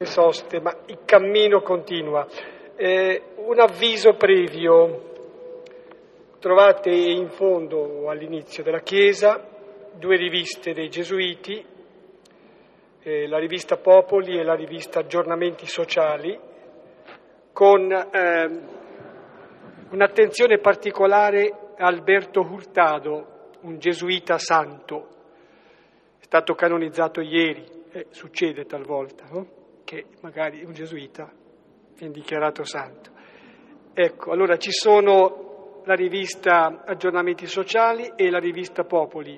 soste, ma il cammino continua. Un avviso previo. Trovate in fondo o all'inizio della chiesa 2 riviste dei Gesuiti, la rivista Popoli e la rivista Aggiornamenti Sociali, con un'attenzione particolare a Alberto Hurtado, un gesuita santo. È stato canonizzato ieri, succede talvolta, no? Che magari un gesuita viene dichiarato santo. Ecco, allora ci sono la rivista Aggiornamenti Sociali e la rivista Popoli.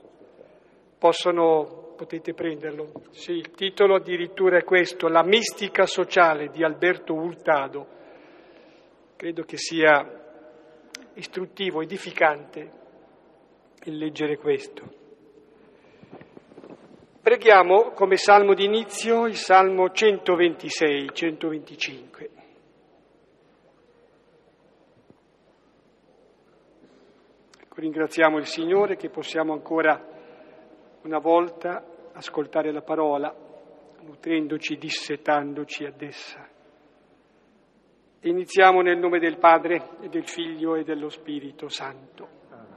Potete prenderlo? Sì, il titolo addirittura è questo, La mistica sociale di Alberto Hurtado. Credo che sia istruttivo, edificante il leggere questo. Preghiamo come salmo d'inizio il salmo 126-125. Ecco, ringraziamo il Signore che possiamo ancora una volta ascoltare la parola, nutrendoci, dissetandoci ad essa. Iniziamo nel nome del Padre e del Figlio e dello Spirito Santo.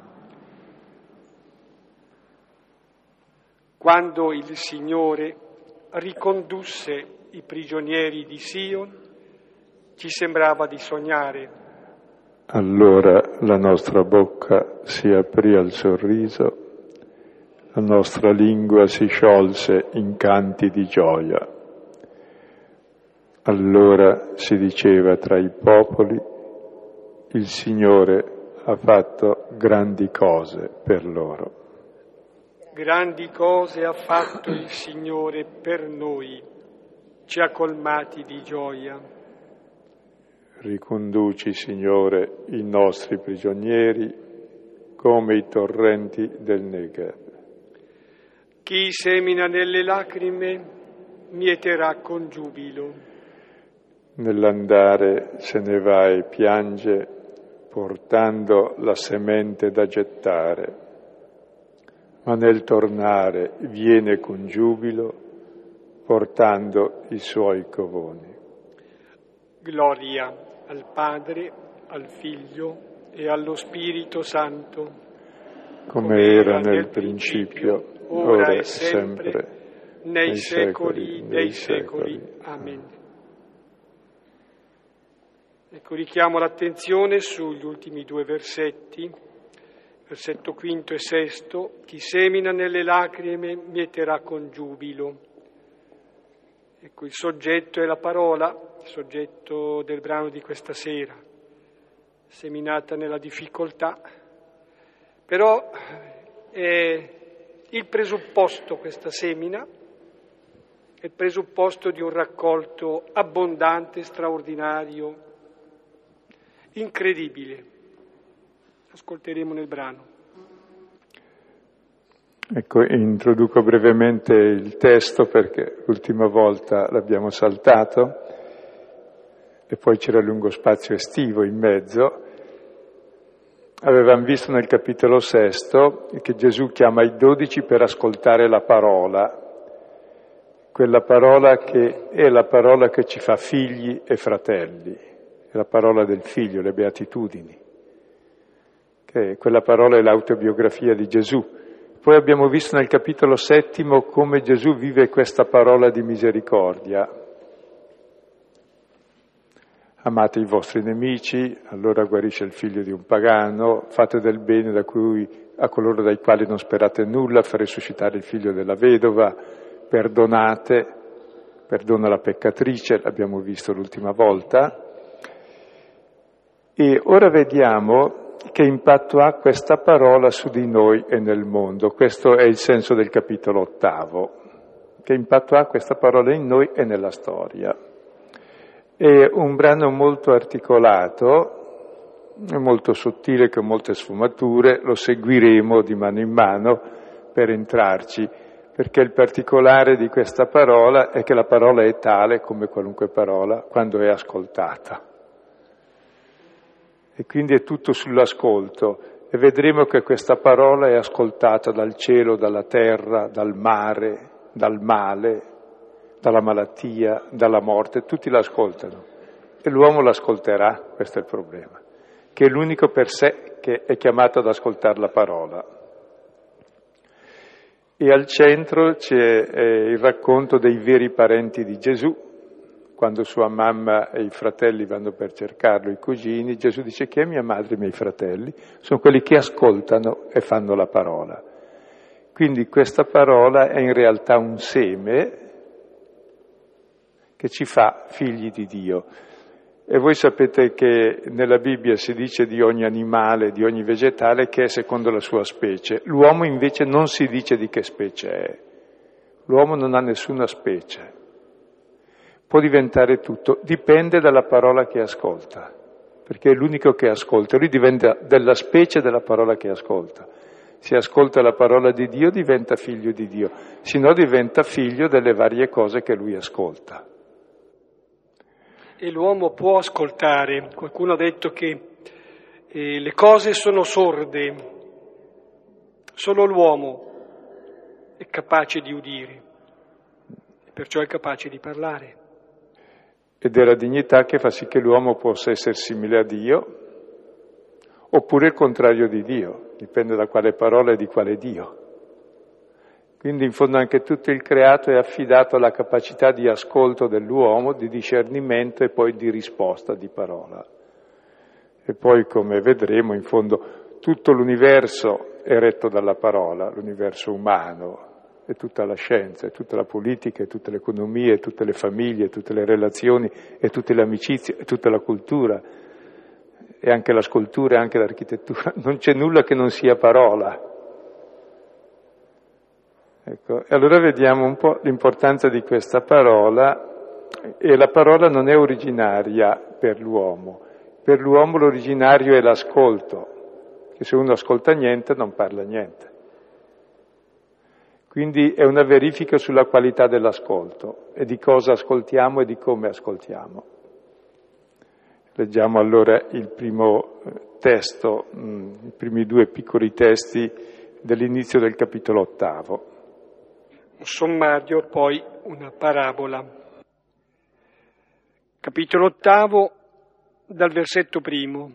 Quando il Signore ricondusse i prigionieri di Sion, ci sembrava di sognare. Allora la nostra bocca si aprì al sorriso, la nostra lingua si sciolse in canti di gioia. Allora si diceva tra i popoli, il Signore ha fatto grandi cose per loro. Grandi cose ha fatto il Signore per noi, ci ha colmati di gioia. Riconduci, Signore, i nostri prigionieri come i torrenti del Negev. Chi semina nelle lacrime mieterà con giubilo. Nell'andare se ne va e piange, portando la semente da gettare. Ma nel tornare viene con giubilo, portando i suoi covoni. Gloria al Padre, al Figlio e allo Spirito Santo, come era nel principio, ora e sempre, nei secoli dei secoli. Amen. Ecco, richiamo l'attenzione sugli ultimi 2 versetti. Versetto quinto e sesto, chi semina nelle lacrime mieterà con giubilo. Ecco, il soggetto è la parola, il soggetto del brano di questa sera, seminata nella difficoltà, però è il presupposto, questa semina, è il presupposto di un raccolto abbondante, straordinario, incredibile. Ascolteremo nel brano. Ecco, introduco brevemente il testo perché l'ultima volta l'abbiamo saltato e poi c'era lungo spazio estivo in mezzo. Avevamo visto nel capitolo 6 che Gesù chiama i 12 per ascoltare la parola, quella parola che è la parola che ci fa figli e fratelli, è la parola del Figlio, le beatitudini. Quella parola è l'autobiografia di Gesù. Poi abbiamo visto nel capitolo 7 come Gesù vive questa parola di misericordia. Amate i vostri nemici, allora guarisce il figlio di un pagano, fate del bene a coloro dai quali non sperate nulla, fa risuscitare il figlio della vedova, perdonate, perdona la peccatrice, l'abbiamo visto l'ultima volta. E ora vediamo che impatto ha questa parola su di noi e nel mondo. Questo è il senso del capitolo 8. Che impatto ha questa parola in noi e nella storia. È un brano molto articolato, molto sottile, con molte sfumature, lo seguiremo di mano in mano per entrarci, perché il particolare di questa parola è che la parola è tale, come qualunque parola, quando è ascoltata. E quindi è tutto sull'ascolto e vedremo che questa parola è ascoltata dal cielo, dalla terra, dal mare, dal male, dalla malattia, dalla morte, tutti l'ascoltano. E l'uomo l'ascolterà, questo è il problema, che è l'unico per sé che è chiamato ad ascoltare la parola. E al centro c'è il racconto dei veri parenti di Gesù. Quando sua mamma e i fratelli vanno per cercarlo, i cugini, Gesù dice: chi è mia madre e i miei fratelli? Sono quelli che ascoltano e fanno la parola. Quindi questa parola è in realtà un seme che ci fa figli di Dio. E voi sapete che nella Bibbia si dice di ogni animale, di ogni vegetale, che è secondo la sua specie. L'uomo invece non si dice di che specie è. L'uomo non ha nessuna specie. Può diventare tutto, dipende dalla parola che ascolta, perché è l'unico che ascolta. Lui diventa della specie della parola che ascolta. Se ascolta la parola di Dio diventa figlio di Dio, se no diventa figlio delle varie cose che lui ascolta. E l'uomo può ascoltare. Qualcuno ha detto che le cose sono sorde, solo l'uomo è capace di udire, perciò è capace di parlare. Ed è la dignità che fa sì che l'uomo possa essere simile a Dio, oppure il contrario di Dio, dipende da quale parola e di quale Dio. Quindi in fondo anche tutto il creato è affidato alla capacità di ascolto dell'uomo, di discernimento e poi di risposta di parola. E poi, come vedremo, in fondo tutto l'universo è retto dalla parola, l'universo umano, e tutta la scienza, e tutta la politica, e tutte le economie, e tutte le famiglie, e tutte le relazioni, e tutte le amicizie, e tutta la cultura, e anche la scultura, e anche l'architettura. Non c'è nulla che non sia parola. Ecco, e allora vediamo un po' l'importanza di questa parola, e la parola non è originaria per l'uomo l'originario è l'ascolto, che se uno ascolta niente non parla niente. Quindi è una verifica sulla qualità dell'ascolto e di cosa ascoltiamo e di come ascoltiamo. Leggiamo allora il primo testo, i primi due piccoli testi dell'inizio del capitolo 8. Un sommario, poi una parabola. Capitolo 8, dal versetto 1.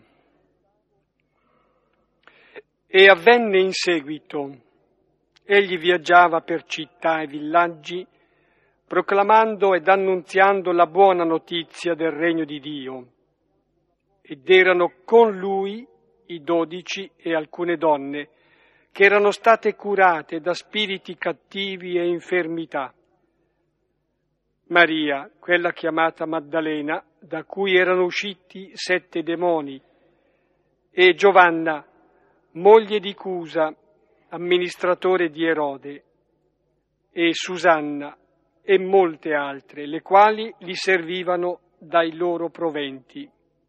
E avvenne in seguito, egli viaggiava per città e villaggi, proclamando ed annunziando la buona notizia del regno di Dio. Ed erano con lui i 12 e alcune donne, che erano state curate da spiriti cattivi e infermità. Maria, quella chiamata Maddalena, da cui erano usciti 7 demoni, e Giovanna, moglie di Cusa, amministratore di Erode, e Susanna, e molte altre, le quali gli servivano dai loro proventi.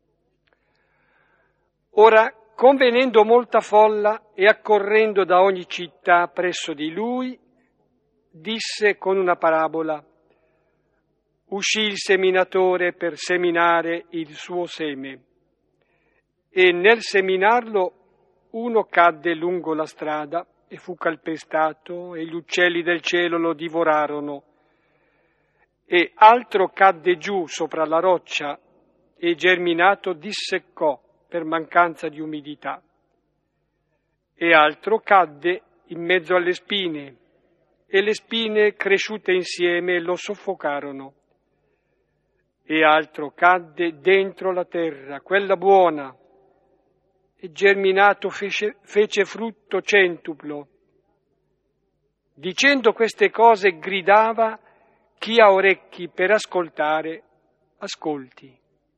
Ora, convenendo molta folla e accorrendo da ogni città presso di lui, disse con una parabola: uscì il seminatore per seminare il suo seme, e nel seminarlo uno cadde lungo la strada e fu calpestato, e gli uccelli del cielo lo divorarono, e altro cadde giù sopra la roccia, e germinato disseccò per mancanza di umidità, e altro cadde in mezzo alle spine, e le spine cresciute insieme lo soffocarono, e altro cadde dentro la terra, quella buona, e germinato fece frutto centuplo. Dicendo queste cose gridava: chi ha orecchi per ascoltare, ascolti.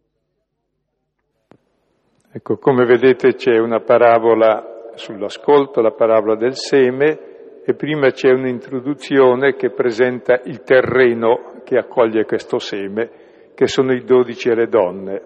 Ecco, come vedete c'è una parabola sull'ascolto, la parabola del seme, e prima c'è un'introduzione che presenta il terreno che accoglie questo seme, che sono i 12 e le donne.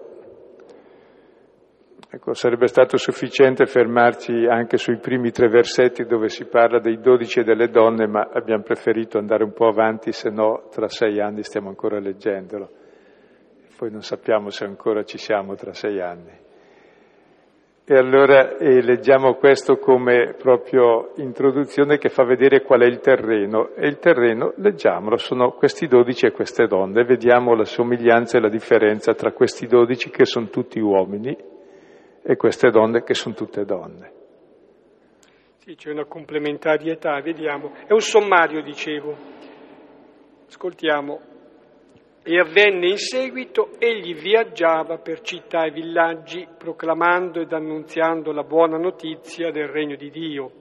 Ecco, sarebbe stato sufficiente fermarci anche sui primi 3 versetti dove si parla dei 12 e delle donne, ma abbiamo preferito andare un po' avanti, se no tra 6 anni stiamo ancora leggendolo. Poi non sappiamo se ancora ci siamo tra 6 anni. E allora leggiamo questo come proprio introduzione che fa vedere qual è il terreno. E il terreno, leggiamolo, sono questi 12 e queste donne. Vediamo la somiglianza e la differenza tra questi 12 che sono tutti uomini e queste donne che sono tutte donne. Sì, c'è una complementarietà, vediamo. È un sommario, dicevo. Ascoltiamo. E avvenne in seguito, egli viaggiava per città e villaggi, proclamando ed annunziando la buona notizia del regno di Dio.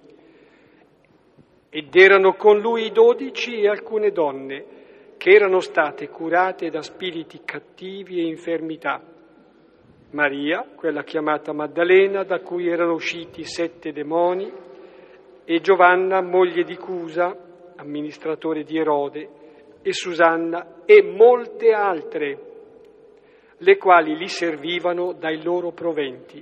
Ed erano con lui 12 e alcune donne, che erano state curate da spiriti cattivi e infermità. Maria, quella chiamata Maddalena, da cui erano usciti 7 demoni, e Giovanna, moglie di Cusa, amministratore di Erode, e Susanna e molte altre, le quali li servivano dai loro proventi.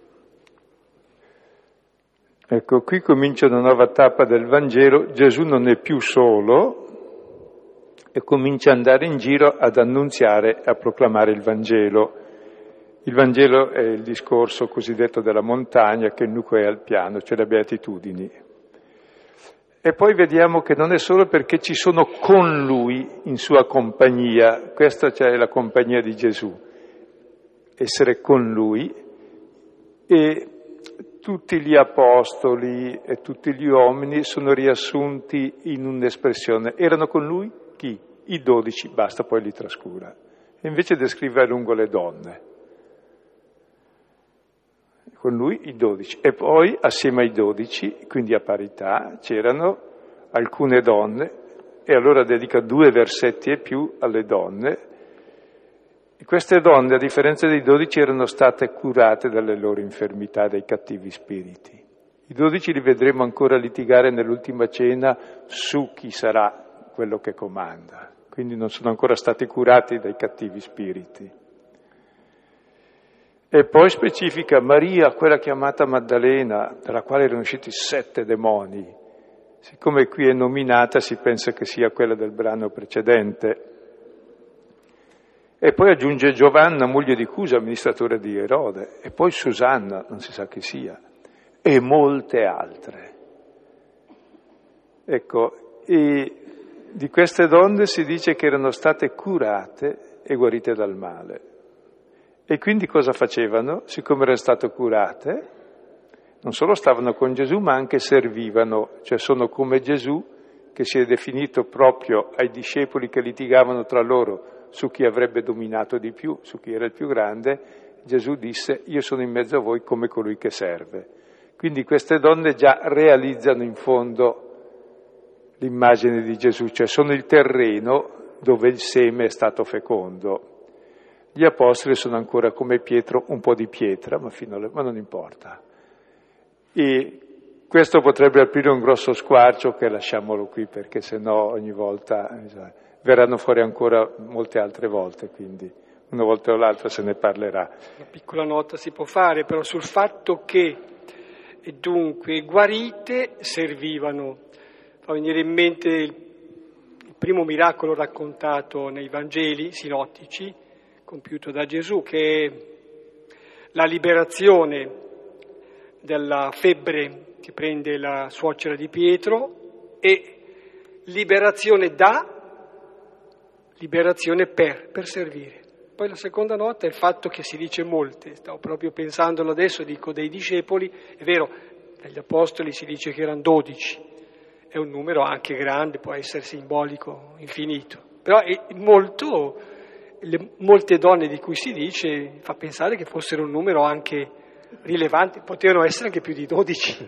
Ecco, qui comincia una nuova tappa del Vangelo. Gesù non è più solo e comincia ad andare in giro ad annunziare e a proclamare il Vangelo. Il Vangelo è il discorso cosiddetto della montagna, che il nucleo è al piano, cioè le beatitudini. E poi vediamo che non è solo perché ci sono con lui, in sua compagnia, questa cioè è la compagnia di Gesù, essere con lui, e tutti gli apostoli e tutti gli uomini sono riassunti in un'espressione. Erano con lui chi? I 12, basta, poi li trascura. E invece descrive a lungo le donne. Con lui i 12, e poi assieme ai 12, quindi a parità, c'erano alcune donne, e allora dedica 2 versetti e più alle donne. E queste donne, a differenza dei 12, erano state curate dalle loro infermità, dai cattivi spiriti. I 12 li vedremo ancora litigare nell'ultima cena su chi sarà quello che comanda, quindi non sono ancora stati curati dai cattivi spiriti. E poi specifica Maria, quella chiamata Maddalena, dalla quale erano usciti 7 demoni. Siccome qui è nominata, si pensa che sia quella del brano precedente. E poi aggiunge Giovanna, moglie di Cusa, amministratore di Erode. E poi Susanna, non si sa chi sia. E molte altre. Ecco, e di queste donne si dice che erano state curate e guarite dal male. E quindi cosa facevano? Siccome erano state curate, non solo stavano con Gesù, ma anche servivano, cioè sono come Gesù, che si è definito proprio ai discepoli che litigavano tra loro su chi avrebbe dominato di più, su chi era il più grande. Gesù disse: io sono in mezzo a voi come colui che serve. Quindi queste donne già realizzano in fondo l'immagine di Gesù, cioè sono il terreno dove il seme è stato fecondo. Gli apostoli sono ancora come Pietro, un po' di pietra, ma non importa. E questo potrebbe aprire un grosso squarcio, che lasciamolo qui, perché sennò ogni volta verranno fuori ancora molte altre volte, quindi una volta o l'altra se ne parlerà. Una piccola nota si può fare però sul fatto che dunque guarite servivano. Fa venire in mente il primo miracolo raccontato nei Vangeli sinottici, compiuto da Gesù, che è la liberazione della febbre che prende la suocera di Pietro, e liberazione liberazione per servire. Poi la seconda nota è il fatto che si dice molte, stavo proprio pensandolo adesso, dico dei discepoli, è vero, dagli apostoli si dice che erano 12, è un numero anche grande, può essere simbolico, infinito, però è molto... molte donne di cui si dice fa pensare che fossero un numero anche rilevante, potevano essere anche più di 12.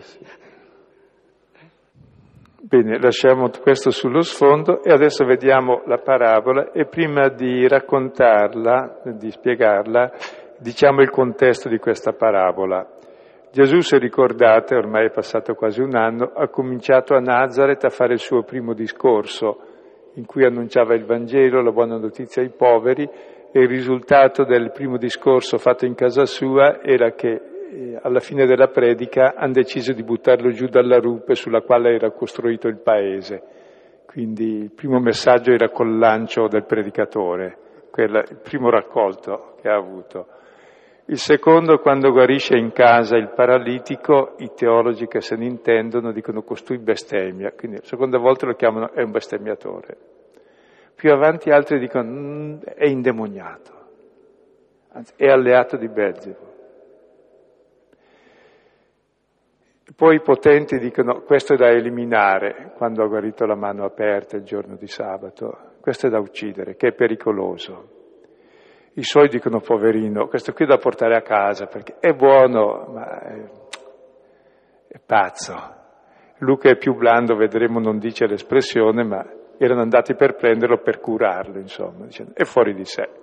Bene, lasciamo questo sullo sfondo e adesso vediamo la parabola, e prima di raccontarla, di spiegarla, diciamo il contesto di questa parabola. Gesù, se ricordate, ormai è passato quasi un anno, ha cominciato a Nazaret a fare il suo primo discorso, in cui annunciava il Vangelo, la buona notizia ai poveri, e il risultato del primo discorso fatto in casa sua era che alla fine della predica hanno deciso di buttarlo giù dalla rupe sulla quale era costruito il paese. Quindi il primo messaggio era col lancio del predicatore, il primo raccolto che ha avuto. Il secondo, quando guarisce in casa il paralitico, i teologi che se ne intendono dicono costui bestemmia, quindi la seconda volta lo chiamano è un bestemmiatore. Più avanti altri dicono è indemoniato, anzi è alleato di Belzebù. Poi i potenti dicono questo è da eliminare quando ha guarito la mano aperta il giorno di sabato, questo è da uccidere, che è pericoloso. I suoi dicono poverino, questo qui è da portare a casa perché è buono ma è pazzo. Luca è più blando, vedremo, non dice l'espressione, ma erano andati per prenderlo per curarlo, insomma, dicendo è fuori di sé.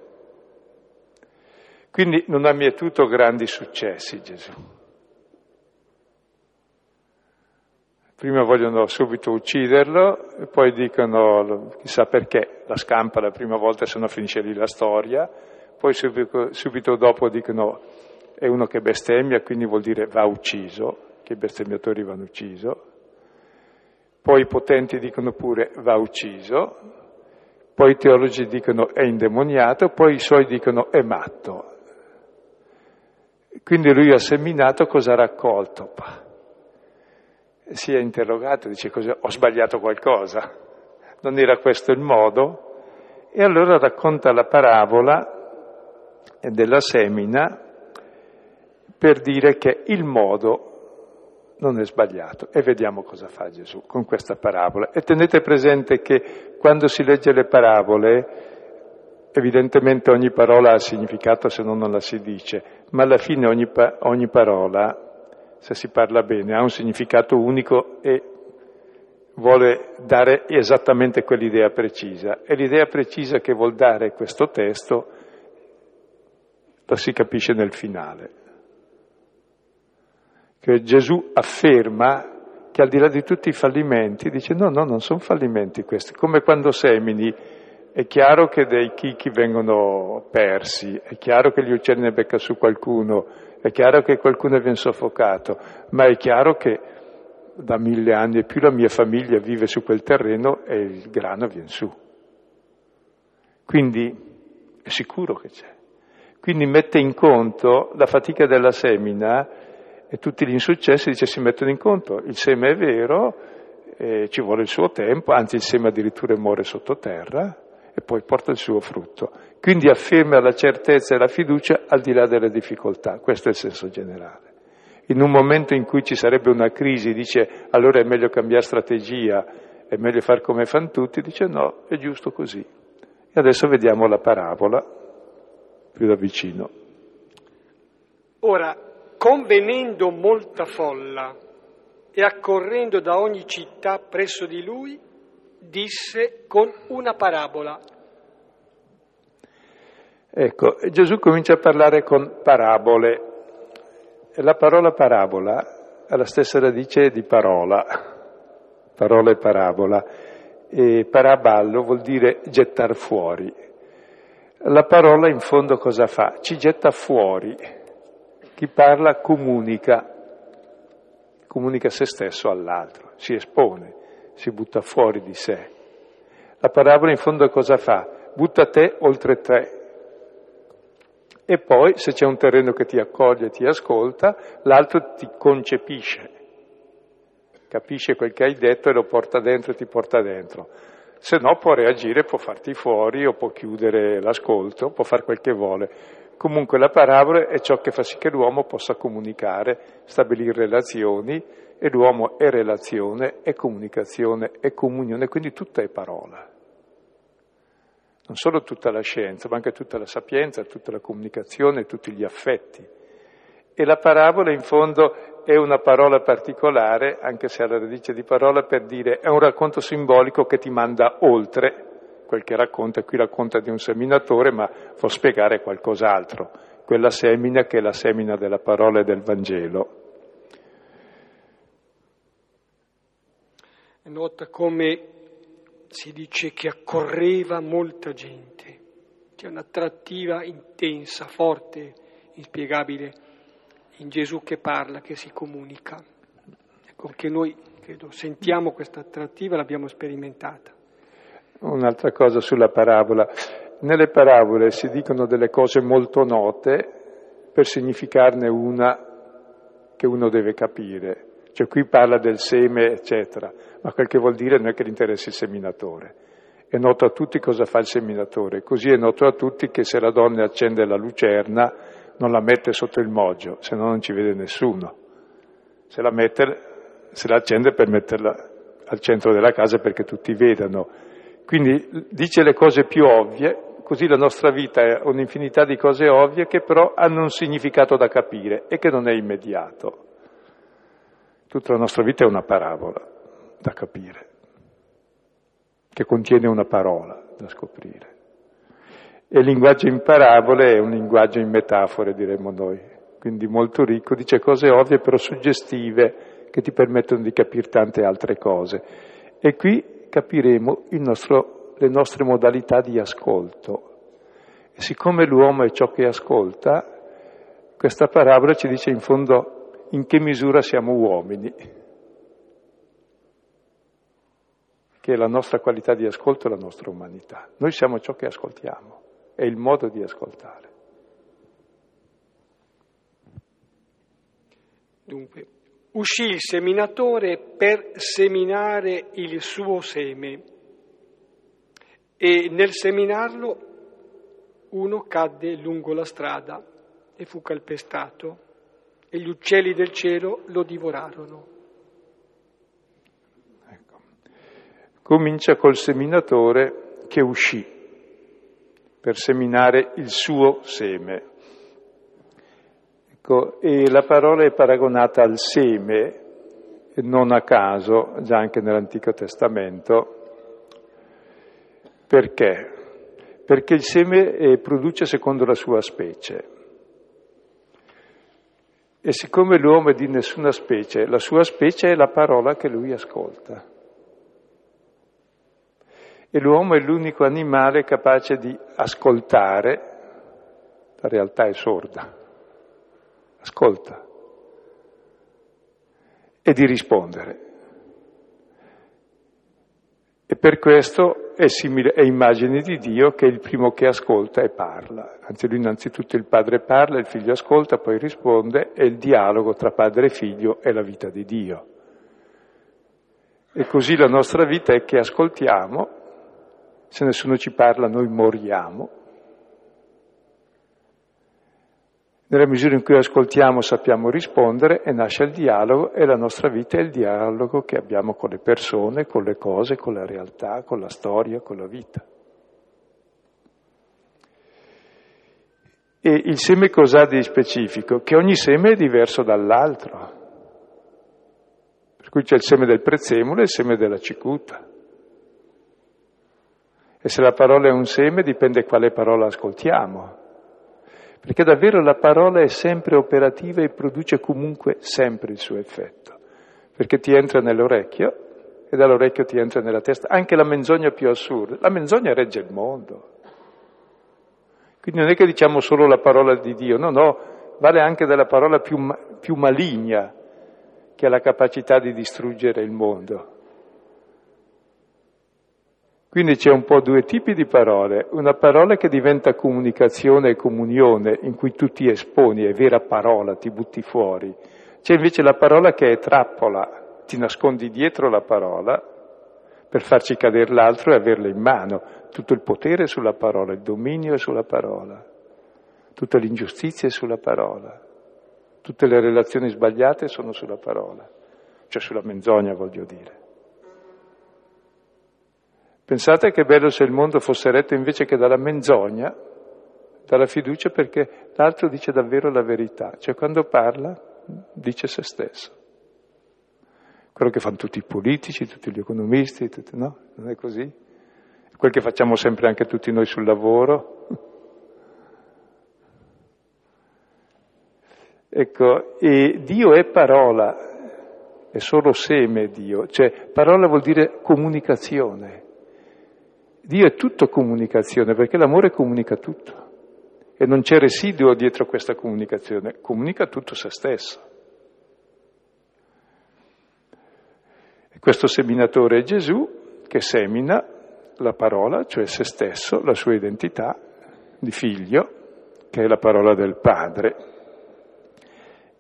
Quindi non ha mietuto grandi successi Gesù. Prima vogliono subito ucciderlo, e poi dicono, chissà perché, la scampa la prima volta, se no finisce lì la storia, poi subito dopo dicono è uno che bestemmia, quindi vuol dire va ucciso, che i bestemmiatori vanno ucciso, poi i potenti dicono pure va ucciso, poi i teologi dicono è indemoniato, poi i suoi dicono è matto. Quindi lui ha seminato, cosa ha raccolto? Si è interrogato, dice ho sbagliato qualcosa, non era questo il modo? E allora racconta la parabola della semina per dire che il modo non è sbagliato. E vediamo cosa fa Gesù con questa parabola. E tenete presente che quando si legge le parabole, evidentemente ogni parola ha significato, se no non la si dice, ma alla fine ogni parola, se si parla bene, ha un significato unico e vuole dare esattamente quell'idea precisa. E l'idea precisa che vuol dare questo testo lo si capisce nel finale. Che Gesù afferma che al di là di tutti i fallimenti, dice no, non sono fallimenti questi. Come quando semini, è chiaro che dei chicchi vengono persi, è chiaro che gli uccelli ne becca su qualcuno, è chiaro che qualcuno viene soffocato, ma è chiaro che da 1000 anni e più la mia famiglia vive su quel terreno e il grano viene su. Quindi è sicuro che c'è. Quindi mette in conto la fatica della semina e tutti gli insuccessi, dice, si mettono in conto. Il seme è vero, ci vuole il suo tempo, anzi il seme addirittura muore sottoterra e poi porta il suo frutto. Quindi afferma la certezza e la fiducia al di là delle difficoltà. Questo è il senso generale. In un momento in cui ci sarebbe una crisi, dice allora è meglio cambiare strategia, è meglio far come fanno tutti, dice no, è giusto così. E adesso vediamo la parabola più da vicino. Ora, convenendo molta folla e accorrendo da ogni città presso di lui, disse con una parabola. Ecco, Gesù comincia a parlare con parabole. E la parola parabola ha la stessa radice di parola e parabola. E paraballo vuol dire gettar fuori. La parola in fondo cosa fa? Ci getta fuori. Chi parla comunica se stesso all'altro, si espone, si butta fuori di sé. La parabola in fondo cosa fa? Butta te oltre te. E poi, se c'è un terreno che ti accoglie e ti ascolta, l'altro ti concepisce, capisce quel che hai detto e lo porta dentro e ti porta dentro. Se no può reagire, può farti fuori o può chiudere l'ascolto, può fare quel che vuole. Comunque la parabola è ciò che fa sì che l'uomo possa comunicare, stabilire relazioni, e l'uomo è relazione, è comunicazione, è comunione, quindi tutta è parola. Non solo tutta la scienza, ma anche tutta la sapienza, tutta la comunicazione, tutti gli affetti. E la parabola in fondo è una parola particolare, anche se ha la radice di parola, per dire è un racconto simbolico che ti manda oltre quel che racconta. Qui racconta di un seminatore, ma può spiegare qualcos'altro. Quella semina che è la semina della parola e del Vangelo. Nota come si dice che accorreva molta gente. C'è un'attrattiva intensa, forte, inspiegabile in Gesù che parla, che si comunica. Ecco, anche noi, credo, sentiamo questa attrattiva, l'abbiamo sperimentata. Un'altra cosa sulla parabola. Nelle parabole si dicono delle cose molto note, per significarne una che uno deve capire. Cioè qui parla del seme, eccetera, ma quel che vuol dire non è che gli interessi il seminatore. È noto a tutti cosa fa il seminatore, così è noto a tutti che se la donna accende la lucerna non la mette sotto il moggio, se no non ci vede nessuno. Se la accende per metterla al centro della casa perché tutti vedano. Quindi dice le cose più ovvie, così la nostra vita è un'infinità di cose ovvie che però hanno un significato da capire e che non è immediato. Tutta la nostra vita è una parabola da capire, che contiene una parola da scoprire. E il linguaggio in parabole è un linguaggio in metafore, diremmo noi, quindi molto ricco, dice cose ovvie però suggestive che ti permettono di capire tante altre cose. E qui capiremo le nostre modalità di ascolto. E siccome l'uomo è ciò che ascolta, questa parabola ci dice in fondo in che misura siamo uomini, che è la nostra qualità di ascolto e la nostra umanità. Noi siamo ciò che ascoltiamo, è il modo di ascoltare. Dunque, uscì il seminatore per seminare il suo seme e nel seminarlo uno cadde lungo la strada e fu calpestato e gli uccelli del cielo lo divorarono. Ecco. Comincia col seminatore che uscì per seminare il suo seme. Ecco, e la parola è paragonata al seme, e non a caso, già anche nell'Antico Testamento. Perché? Perché il seme produce secondo la sua specie. E siccome l'uomo è di nessuna specie, la sua specie è la parola che lui ascolta. E l'uomo è l'unico animale capace di ascoltare, la realtà è sorda, ascolta, e di rispondere. E per questo è simile, è immagine di Dio che è il primo che ascolta e parla. Anzi, lui innanzitutto il padre parla, il figlio ascolta, poi risponde, e il dialogo tra padre e figlio è la vita di Dio. E così la nostra vita è che ascoltiamo, se nessuno ci parla noi moriamo. Nella misura in cui ascoltiamo sappiamo rispondere e nasce il dialogo e la nostra vita è il dialogo che abbiamo con le persone, con le cose, con la realtà, con la storia, con la vita. E il seme cos'ha di specifico? Che ogni seme è diverso dall'altro. Per cui c'è il seme del prezzemolo e il seme della cicuta. E se la parola è un seme dipende quale parola ascoltiamo. Perché davvero la parola è sempre operativa e produce comunque sempre il suo effetto, perché ti entra nell'orecchio e dall'orecchio ti entra nella testa, anche la menzogna più assurda. La menzogna regge il mondo. Quindi non è che diciamo solo la parola di Dio, no, vale anche della parola più maligna che ha la capacità di distruggere il mondo. Quindi c'è un po' due tipi di parole, una parola che diventa comunicazione e comunione, in cui tu ti esponi, è vera parola, ti butti fuori. C'è invece la parola che è trappola, ti nascondi dietro la parola per farci cadere l'altro e averla in mano. Tutto il potere è sulla parola, il dominio è sulla parola, tutta l'ingiustizia è sulla parola, tutte le relazioni sbagliate sono sulla parola, cioè sulla menzogna voglio dire. Pensate che bello se il mondo fosse retto invece che dalla menzogna, dalla fiducia, perché l'altro dice davvero la verità, cioè quando parla dice se stesso. Quello che fanno tutti i politici, tutti gli economisti, no? Non è così? Quel che facciamo sempre anche tutti noi sul lavoro. Ecco, e Dio è parola, è solo seme Dio, cioè parola vuol dire comunicazione. Dio è tutto comunicazione, perché l'amore comunica tutto e non c'è residuo dietro questa comunicazione, comunica tutto se stesso. E questo seminatore è Gesù che semina la parola, cioè se stesso, la sua identità di figlio, che è la parola del Padre.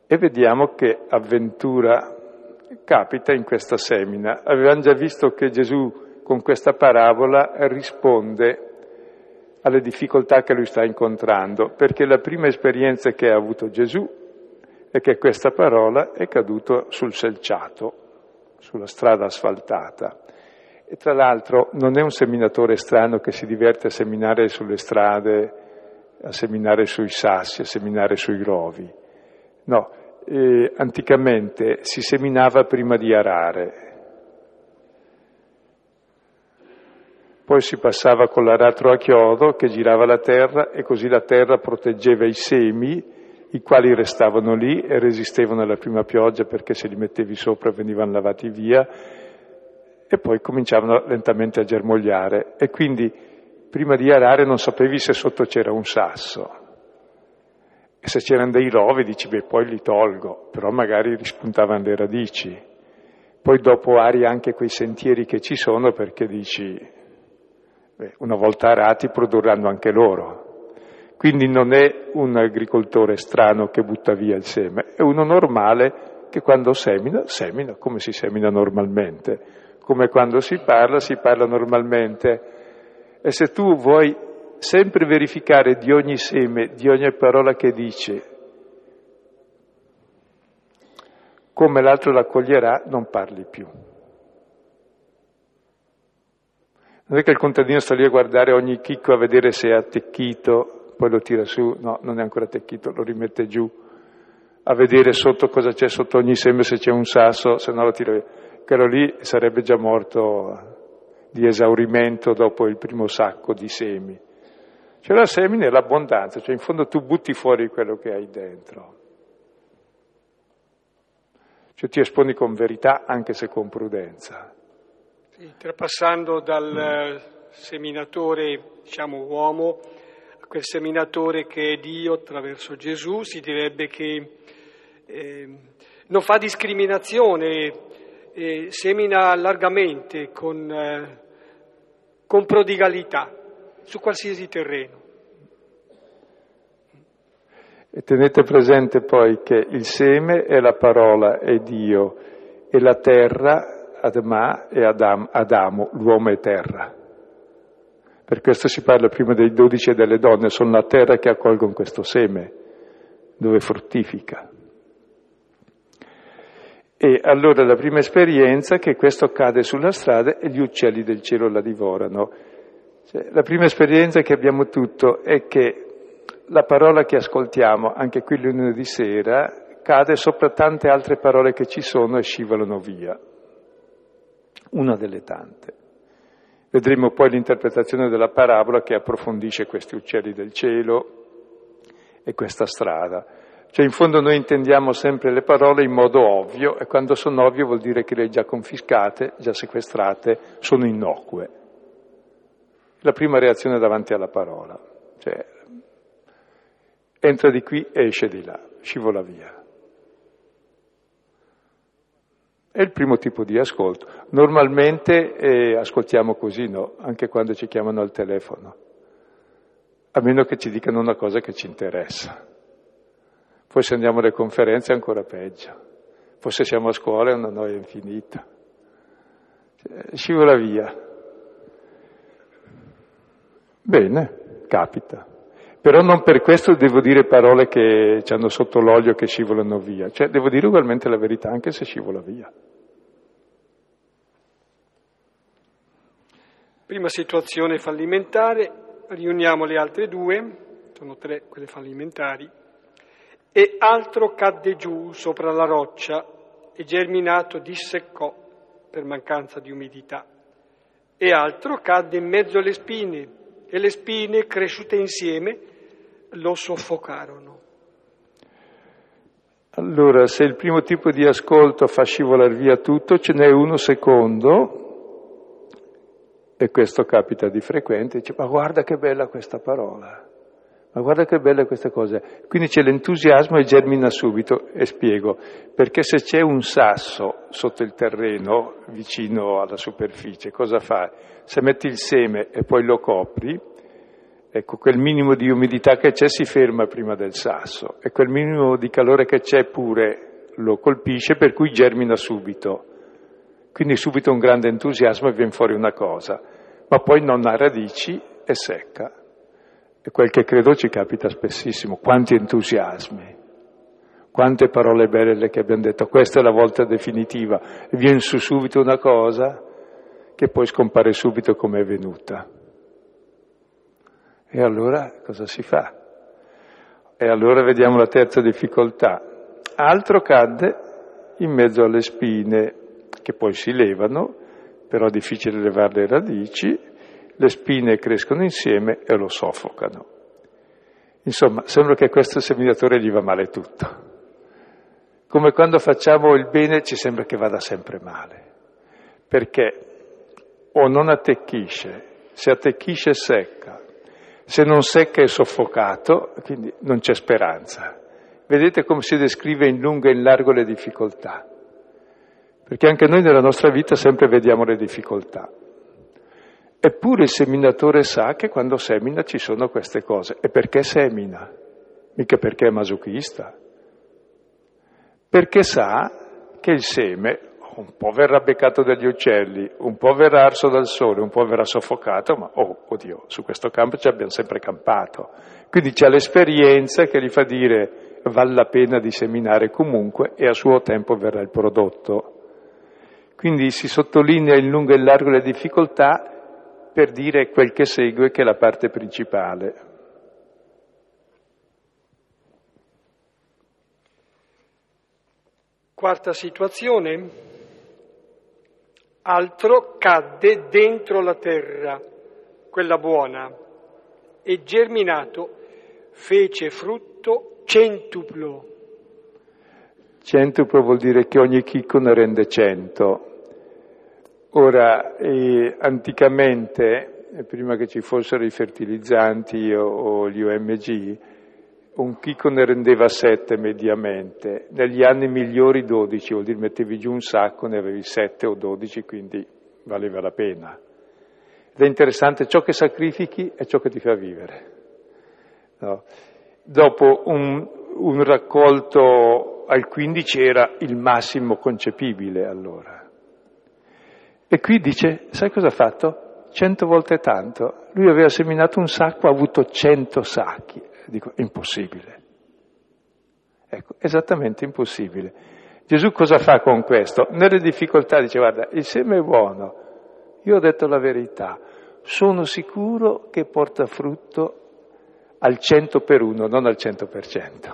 E vediamo che avventura capita in questa semina. Avevamo già visto che Gesù con questa parabola risponde alle difficoltà che lui sta incontrando, perché la prima esperienza che ha avuto Gesù è che questa parola è caduto sul selciato, sulla strada asfaltata. E tra l'altro non è un seminatore strano che si diverte a seminare sulle strade, a seminare sui sassi, a seminare sui rovi. No, anticamente si seminava prima di arare. Poi si passava con l'aratro a chiodo che girava la terra e così la terra proteggeva i semi, i quali restavano lì e resistevano alla prima pioggia perché se li mettevi sopra venivano lavati via e poi cominciavano lentamente a germogliare. E quindi prima di arare non sapevi se sotto c'era un sasso. E se c'erano dei rovi dici, poi li tolgo, però magari rispuntavano le radici. Poi dopo ari anche quei sentieri che ci sono perché dici, una volta arati produrranno anche loro. Quindi non è un agricoltore strano che butta via il seme, è uno normale che quando semina come si semina normalmente, come quando si parla normalmente. E se tu vuoi sempre verificare di ogni seme, di ogni parola che dice, come l'altro l'accoglierà, non parli più. Non è che il contadino sta lì a guardare ogni chicco a vedere se è attecchito, poi lo tira su, no, non è ancora attecchito, lo rimette giù, a vedere sotto cosa c'è sotto ogni seme, se c'è un sasso, se no lo tira via. Quello lì sarebbe già morto di esaurimento dopo il primo sacco di semi. Cioè la semina è l'abbondanza, cioè in fondo tu butti fuori quello che hai dentro. Cioè ti esponi con verità anche se con prudenza. Trapassando dal seminatore, uomo, a quel seminatore che è Dio attraverso Gesù, si direbbe che non fa discriminazione, semina largamente, con prodigalità, su qualsiasi terreno. E tenete presente poi che il seme è la parola, è Dio, e la terra Adama e Adamo, l'uomo è terra. Per questo si parla prima dei 12 e delle donne, sono la terra che accolgono questo seme, dove fruttifica. E allora la prima esperienza è che questo cade sulla strada e gli uccelli del cielo la divorano. Cioè, la prima esperienza che abbiamo tutto è che la parola che ascoltiamo, anche qui lunedì sera, cade sopra tante altre parole che ci sono e scivolano via. Una delle tante. Vedremo poi l'interpretazione della parabola che approfondisce questi uccelli del cielo e questa strada. Cioè in fondo noi intendiamo sempre le parole in modo ovvio e quando sono ovvie vuol dire che le hai già confiscate, già sequestrate, sono innocue. La prima reazione davanti alla parola. Cioè entra di qui e esce di là, scivola via. È il primo tipo di ascolto. Normalmente ascoltiamo così, no? Anche quando ci chiamano al telefono, a meno che ci dicano una cosa che ci interessa. Poi se andiamo alle conferenze è ancora peggio. Poi se siamo a scuola è una noia infinita. Scivola via. Bene, capita. Però non per questo devo dire parole che ci hanno sotto l'olio che scivolano via. Cioè devo dire ugualmente la verità anche se scivola via. Prima situazione fallimentare, riuniamo le altre due, sono 3 quelle fallimentari. E altro cadde giù sopra la roccia e germinato disseccò per mancanza di umidità. E altro cadde in mezzo alle spine e le spine cresciute insieme lo soffocarono. Allora, se il primo tipo di ascolto fa scivolare via tutto, ce n'è uno secondo, e questo capita di frequente, dice, ma guarda che bella questa parola, ma guarda che belle queste cose. Quindi c'è l'entusiasmo e germina subito, e spiego, perché se c'è un sasso sotto il terreno, vicino alla superficie, cosa fa? Se metti il seme e poi lo copri, Ecco, quel minimo di umidità che c'è si ferma prima del sasso e quel minimo di calore che c'è pure lo colpisce, per cui germina subito. Quindi subito un grande entusiasmo e viene fuori una cosa, ma poi non ha radici e secca. E quel che credo ci capita spessissimo, quanti entusiasmi, quante parole belle che abbiamo detto, questa è la volta definitiva, e viene su subito una cosa che poi scompare subito come è venuta. E allora cosa si fa? E allora vediamo la terza difficoltà. Altro cadde in mezzo alle spine, che poi si levano, però è difficile levare le radici, le spine crescono insieme e lo soffocano. Insomma, sembra che a questo seminatore gli va male tutto. Come quando facciamo il bene ci sembra che vada sempre male, perché o non attecchisce, se attecchisce secca, se non secca è soffocato, quindi non c'è speranza. Vedete come si descrive in lungo e in largo le difficoltà, perché anche noi nella nostra vita sempre vediamo le difficoltà. Eppure il seminatore sa che quando semina ci sono queste cose. E perché semina? Mica perché è masochista. Perché sa che il seme un po' verrà beccato dagli uccelli, un po' verrà arso dal sole, un po' verrà soffocato, ma oddio, su questo campo ci abbiamo sempre campato. Quindi c'è l'esperienza che gli fa dire vale la pena di seminare comunque e a suo tempo verrà il prodotto. Quindi si sottolinea in lungo e in largo le difficoltà per dire quel che segue, che è la parte principale. Quarta situazione. Altro cadde dentro la terra, quella buona, e germinato fece frutto centuplo. Centuplo vuol dire che ogni chicco ne rende 100. Ora, anticamente, prima che ci fossero i fertilizzanti o gli OMG, un chicco ne rendeva 7 mediamente. Negli anni migliori 12, vuol dire mettevi giù un sacco, ne avevi 7 o 12, quindi valeva la pena. Ed è interessante, ciò che sacrifichi è ciò che ti fa vivere. No? Dopo un raccolto al 15 era il massimo concepibile allora. E qui dice, sai cosa ha fatto? 100 volte tanto. Lui aveva seminato un sacco, ha avuto 100 sacchi. Dico, impossibile. Ecco, esattamente impossibile. Gesù cosa fa con questo? Nelle difficoltà dice, guarda, il seme è buono, io ho detto la verità, sono sicuro che porta frutto al 100 per 1, non al 100%.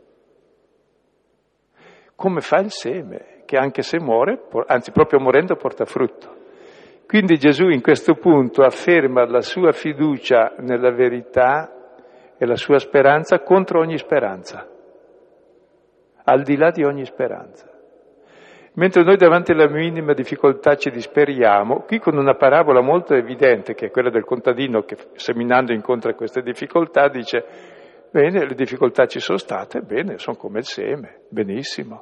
Come fa il seme, che anche se muore, anzi proprio morendo porta frutto. Quindi Gesù in questo punto afferma la sua fiducia nella verità e la sua speranza contro ogni speranza, al di là di ogni speranza. Mentre noi davanti alla minima difficoltà ci disperiamo, qui con una parabola molto evidente, che è quella del contadino che seminando incontra queste difficoltà, dice, bene, le difficoltà ci sono state, bene, sono come il seme, benissimo.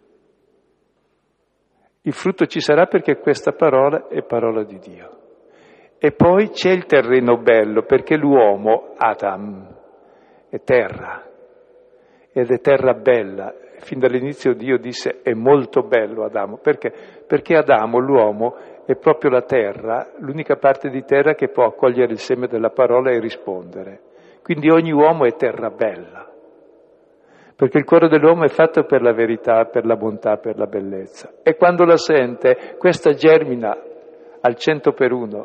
Il frutto ci sarà perché questa parola è parola di Dio. E poi c'è il terreno bello, perché l'uomo, Adam, è terra, ed è terra bella. Fin dall'inizio Dio disse è molto bello Adamo. Perché? Perché Adamo, l'uomo, è proprio la terra, l'unica parte di terra che può accogliere il seme della parola e rispondere. Quindi ogni uomo è terra bella, perché il cuore dell'uomo è fatto per la verità, per la bontà, per la bellezza. E quando la sente, questa germina al 100 per 1.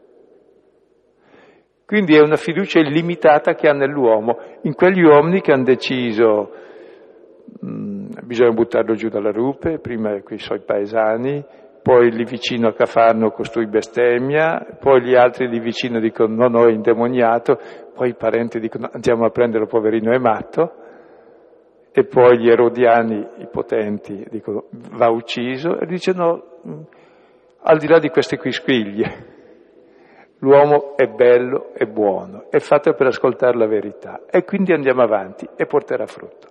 Quindi è una fiducia illimitata che ha nell'uomo, in quegli uomini che hanno deciso bisogna buttarlo giù dalla rupe, prima con i suoi paesani, poi lì vicino a Cafarno costui bestemmia, poi gli altri lì vicino dicono no, è indemoniato, poi i parenti dicono andiamo a prenderlo, poverino, è matto, e poi gli erodiani, i potenti, dicono va ucciso, e dice no, al di là di queste quisquiglie, l'uomo è bello, è buono, è fatto per ascoltare la verità, e quindi andiamo avanti e porterà frutto.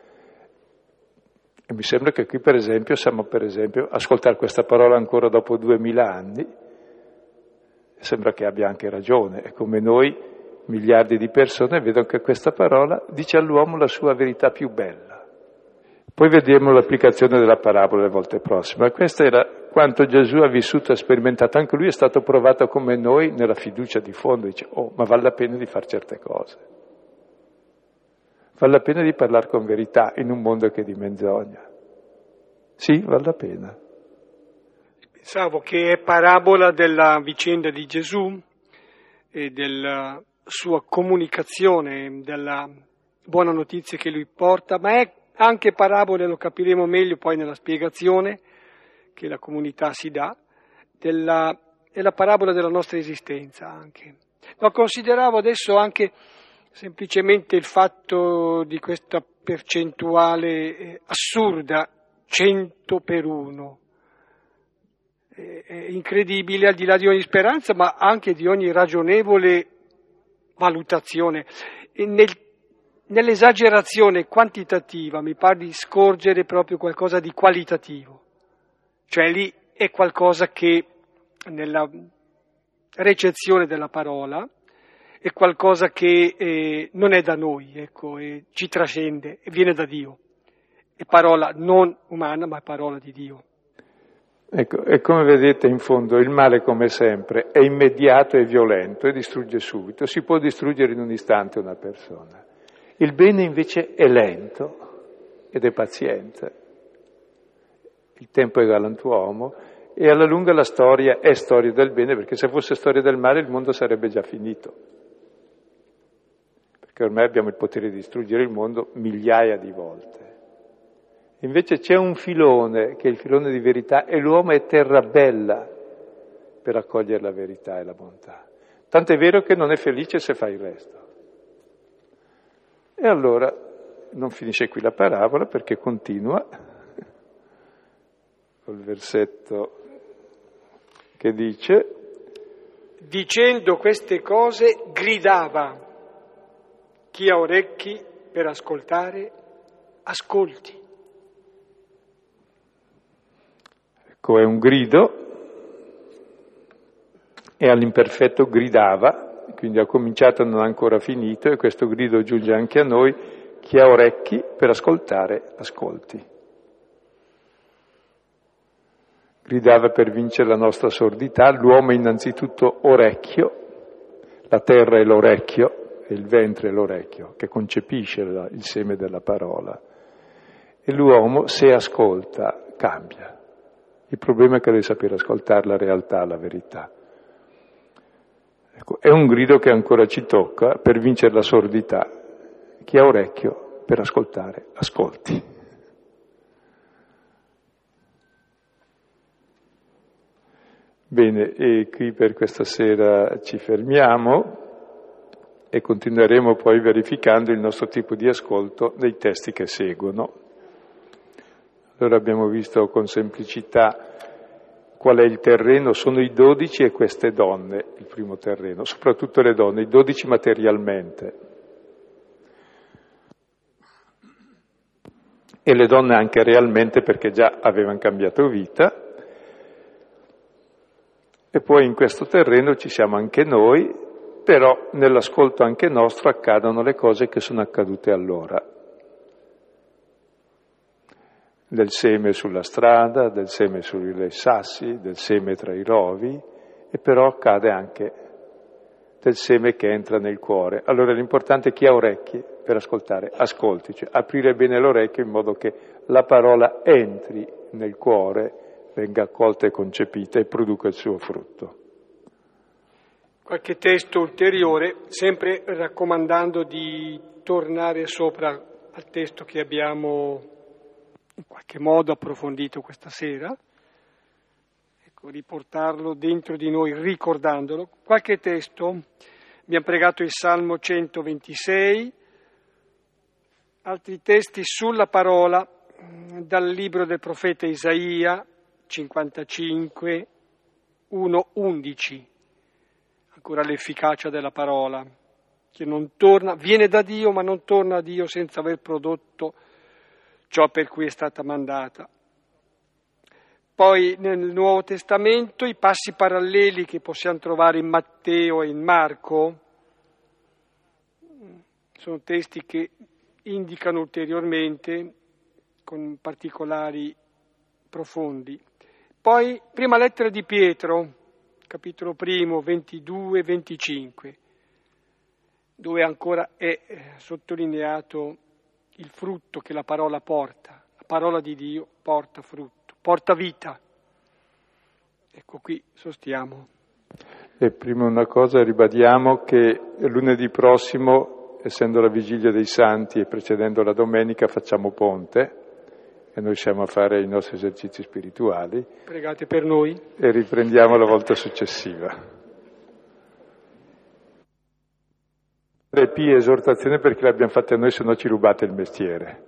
E mi sembra che qui, per esempio, siamo ascoltare questa parola ancora dopo 2000 anni, sembra che abbia anche ragione. È come noi miliardi di persone, vedono che questa parola dice all'uomo la sua verità più bella. Poi vedremo l'applicazione della parabola le volte prossime. Questo era quanto Gesù ha vissuto e sperimentato. Anche lui è stato provato come noi nella fiducia di fondo. Dice, ma vale la pena di fare certe cose. Vale la pena di parlare con verità in un mondo che è di menzogna. Sì, vale la pena. Pensavo che è parabola della vicenda di Gesù e della sua comunicazione, della buona notizia che lui porta, ma è anche parabola, lo capiremo meglio poi nella spiegazione che la comunità si dà, è la parabola della nostra esistenza anche. Ma consideravo adesso anche semplicemente il fatto di questa percentuale assurda, 100 per 1. È incredibile, al di là di ogni speranza, ma anche di ogni ragionevole valutazione. E nell'esagerazione quantitativa mi pare di scorgere proprio qualcosa di qualitativo. Cioè lì è qualcosa che nella recezione della parola è qualcosa che non è da noi, ecco, e ci trascende, e viene da Dio. È parola non umana, ma è parola di Dio. Ecco, e come vedete in fondo il male, come sempre, è immediato e violento e distrugge subito. Si può distruggere in un istante una persona. Il bene invece è lento ed è paziente. Il tempo è galantuomo e alla lunga la storia è storia del bene, perché se fosse storia del male il mondo sarebbe già finito. Perché ormai abbiamo il potere di distruggere il mondo migliaia di volte. Invece c'è un filone, che è il filone di verità, e l'uomo è terra bella per accogliere la verità e la bontà. Tanto è vero che non è felice se fa il resto. E allora non finisce qui la parabola, perché continua col versetto che dice: dicendo queste cose gridava, chi ha orecchi per ascoltare, ascolti. Ecco, è un grido, e all'imperfetto gridava, quindi ha cominciato e non ha ancora finito, e questo grido giunge anche a noi: chi ha orecchi per ascoltare, ascolti. Gridava per vincere la nostra sordità, l'uomo è innanzitutto orecchio, la terra è l'orecchio, e il ventre è l'orecchio, che concepisce il seme della parola. E l'uomo, se ascolta, cambia. Il problema è che deve sapere ascoltare la realtà, la verità. Ecco, è un grido che ancora ci tocca per vincere la sordità. Chi ha orecchio per ascoltare, ascolti. Bene, e qui per questa sera ci fermiamo e continueremo poi verificando il nostro tipo di ascolto nei testi che seguono. Allora abbiamo visto con semplicità qual è il terreno, sono i 12 e queste donne, il primo terreno, soprattutto le donne, i 12 materialmente. E le donne anche realmente, perché già avevano cambiato vita. E poi in questo terreno ci siamo anche noi, però nell'ascolto anche nostro accadono le cose che sono accadute allora. Del seme sulla strada, del seme sui sassi, del seme tra i rovi, e però accade anche del seme che entra nel cuore. Allora l'importante è chi ha orecchi per ascoltare, ascolti, cioè aprire bene l'orecchio in modo che la parola entri nel cuore, venga accolta e concepita e produca il suo frutto. Qualche testo ulteriore, sempre raccomandando di tornare sopra al testo che abbiamo in qualche modo approfondito questa sera, ecco, riportarlo dentro di noi ricordandolo. Qualche testo, abbiamo pregato il Salmo 126, altri testi sulla parola dal libro del profeta Isaia 55, 1:11, ancora l'efficacia della parola, che non torna, viene da Dio ma non torna a Dio senza aver prodotto ciò per cui è stata mandata. Poi nel Nuovo Testamento i passi paralleli che possiamo trovare in Matteo e in Marco, Sono testi che indicano ulteriormente con particolari profondi. Poi, prima lettera di Pietro, capitolo 1, 22-25, dove ancora è sottolineato il frutto che la parola porta. La parola di Dio porta frutto, porta vita. Ecco, qui sostiamo. E prima una cosa, ribadiamo che lunedì prossimo, essendo la Vigilia dei Santi e precedendo la domenica, facciamo ponte e noi siamo a fare i nostri esercizi spirituali. Pregate per noi. E riprendiamo la volta successiva. Pie esortazione perché l'abbiamo fatta noi, se no ci rubate il mestiere.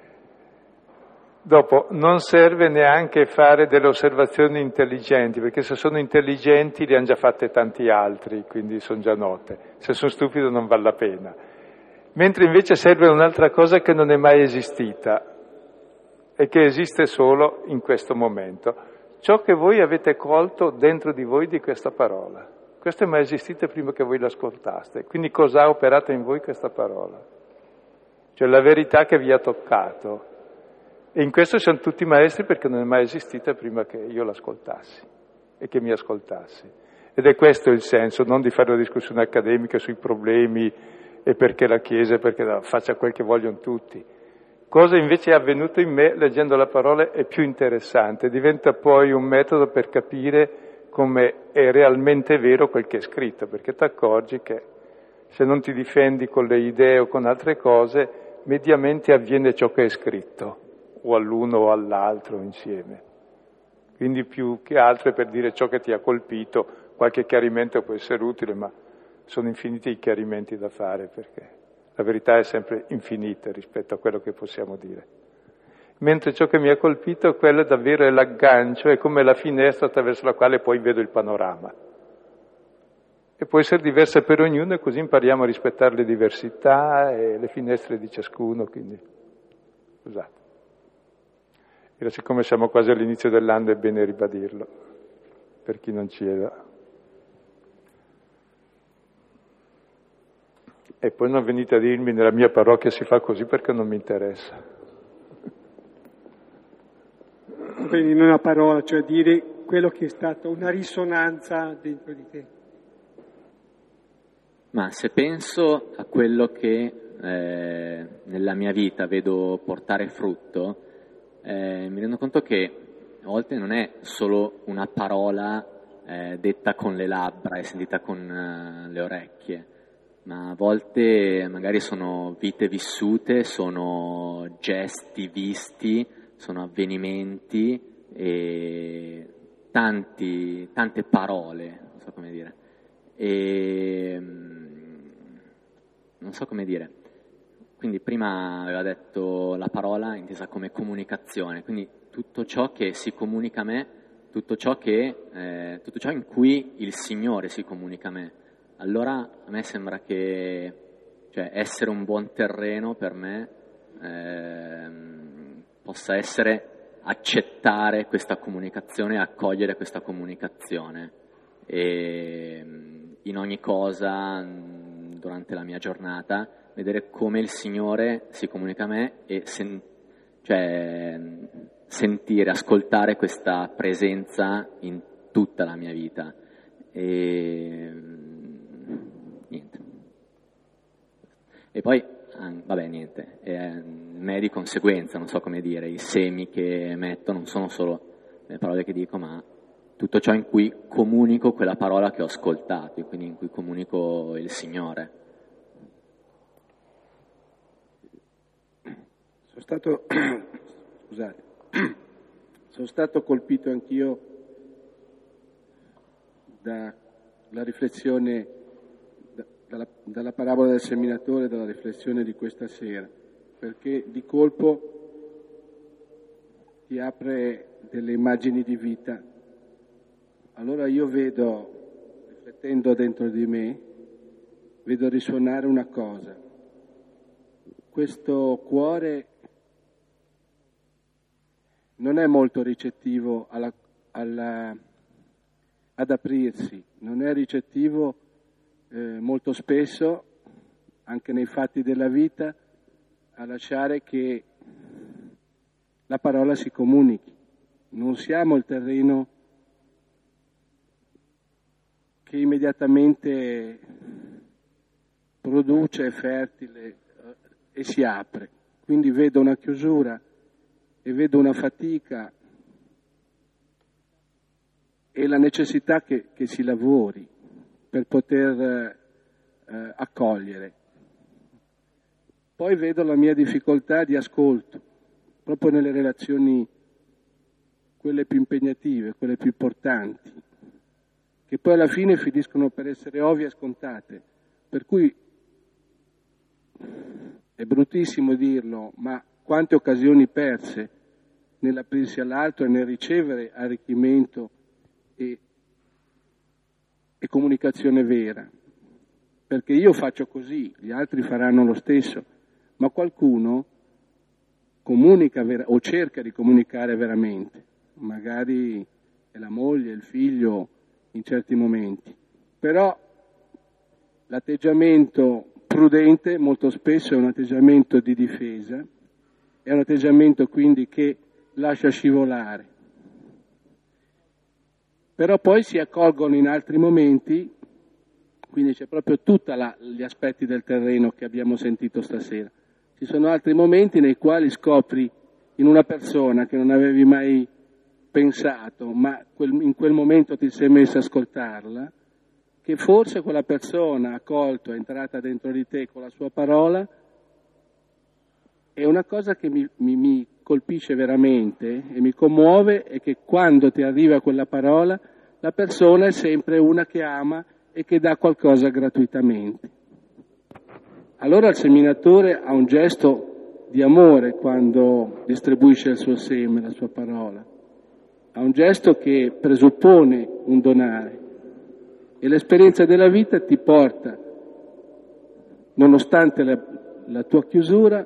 Dopo, non serve neanche fare delle osservazioni intelligenti, perché se sono intelligenti le hanno già fatte tanti altri, quindi sono già note. Se sono stupido non vale la pena. Mentre invece serve un'altra cosa che non è mai esistita e che esiste solo in questo momento. Ciò che voi avete colto dentro di voi di questa parola. Questo è mai esistito prima che voi l'ascoltaste. Quindi cosa ha operato in voi questa parola? Cioè la verità che vi ha toccato. E in questo siamo tutti maestri perché non è mai esistita prima che io l'ascoltassi e che mi ascoltassi. Ed è questo il senso, non di fare una discussione accademica sui problemi e perché la Chiesa, perché faccia quel che vogliono tutti. Cosa invece è avvenuto in me leggendo la parola è più interessante, diventa poi un metodo per capire come è realmente vero quel che è scritto, perché ti accorgi che se non ti difendi con le idee o con altre cose, mediamente avviene ciò che è scritto, o all'uno o all'altro insieme. Quindi più che altro è per dire ciò che ti ha colpito, qualche chiarimento può essere utile, ma sono infiniti i chiarimenti da fare, perché la verità è sempre infinita rispetto a quello che possiamo dire. Mentre ciò che mi ha colpito, quello davvero è l'aggancio, è come la finestra attraverso la quale poi vedo il panorama. E può essere diversa per ognuno e così impariamo a rispettare le diversità e le finestre di ciascuno, quindi scusate. E siccome siamo quasi all'inizio dell'anno è bene ribadirlo, per chi non ci era. E poi non venite a dirmi nella mia parrocchia si fa così perché non mi interessa. Quindi non una parola, cioè dire quello che è stato una risonanza dentro di te. Ma se penso a quello che nella mia vita vedo portare frutto, mi rendo conto che a volte non è solo una parola detta con le labbra e sentita con le orecchie, ma a volte magari sono vite vissute, sono gesti visti, sono avvenimenti e tante parole, non so come dire. E non so come dire. Quindi prima aveva detto la parola intesa come comunicazione, quindi tutto ciò che si comunica a me, tutto ciò in cui il Signore si comunica a me. Allora a me sembra che essere un buon terreno per me possa essere accettare questa comunicazione e accogliere questa comunicazione. E in ogni cosa, durante la mia giornata, vedere come il Signore si comunica a me e sentire, ascoltare questa presenza in tutta la mia vita. E niente. E poi, vabbè, niente, me di conseguenza, non so come dire, i semi che metto non sono solo le parole che dico, ma tutto ciò in cui comunico quella parola che ho ascoltato, e quindi in cui comunico il Signore. Sono stato colpito anch'io dalla riflessione, dalla parabola del seminatore, dalla riflessione di questa sera, perché di colpo ti apre delle immagini di vita. Allora io vedo, riflettendo dentro di me, vedo risuonare una cosa. Questo cuore non è molto ricettivo ad aprirsi, non è ricettivo molto spesso anche nei fatti della vita, a lasciare che la parola si comunichi. Non siamo il terreno che immediatamente produce, è fertile e si apre. Quindi vedo una chiusura e vedo una fatica e la necessità che si lavori per poter accogliere. Poi vedo la mia difficoltà di ascolto, proprio nelle relazioni, quelle più impegnative, quelle più importanti, che poi alla fine finiscono per essere ovvie e scontate. Per cui è bruttissimo dirlo, ma quante occasioni perse nell'aprirsi all'altro e nel ricevere arricchimento e comunicazione vera. Perché io faccio così, gli altri faranno lo stesso, ma qualcuno comunica o cerca di comunicare veramente, magari è la moglie, il figlio in certi momenti, però l'atteggiamento prudente molto spesso è un atteggiamento di difesa, è un atteggiamento quindi che lascia scivolare, però poi si accolgono in altri momenti, quindi c'è proprio tutti gli aspetti del terreno che abbiamo sentito stasera. Ci sono altri momenti nei quali scopri in una persona che non avevi mai pensato, ma in quel momento ti sei messo a ascoltarla, che forse quella persona ha colto, è entrata dentro di te con la sua parola, è una cosa che mi colpisce veramente e mi commuove, è che quando ti arriva quella parola, la persona è sempre una che ama e che dà qualcosa gratuitamente. Allora il seminatore ha un gesto di amore quando distribuisce il suo seme, la sua parola. Ha un gesto che presuppone un donare. E l'esperienza della vita ti porta, nonostante la tua chiusura,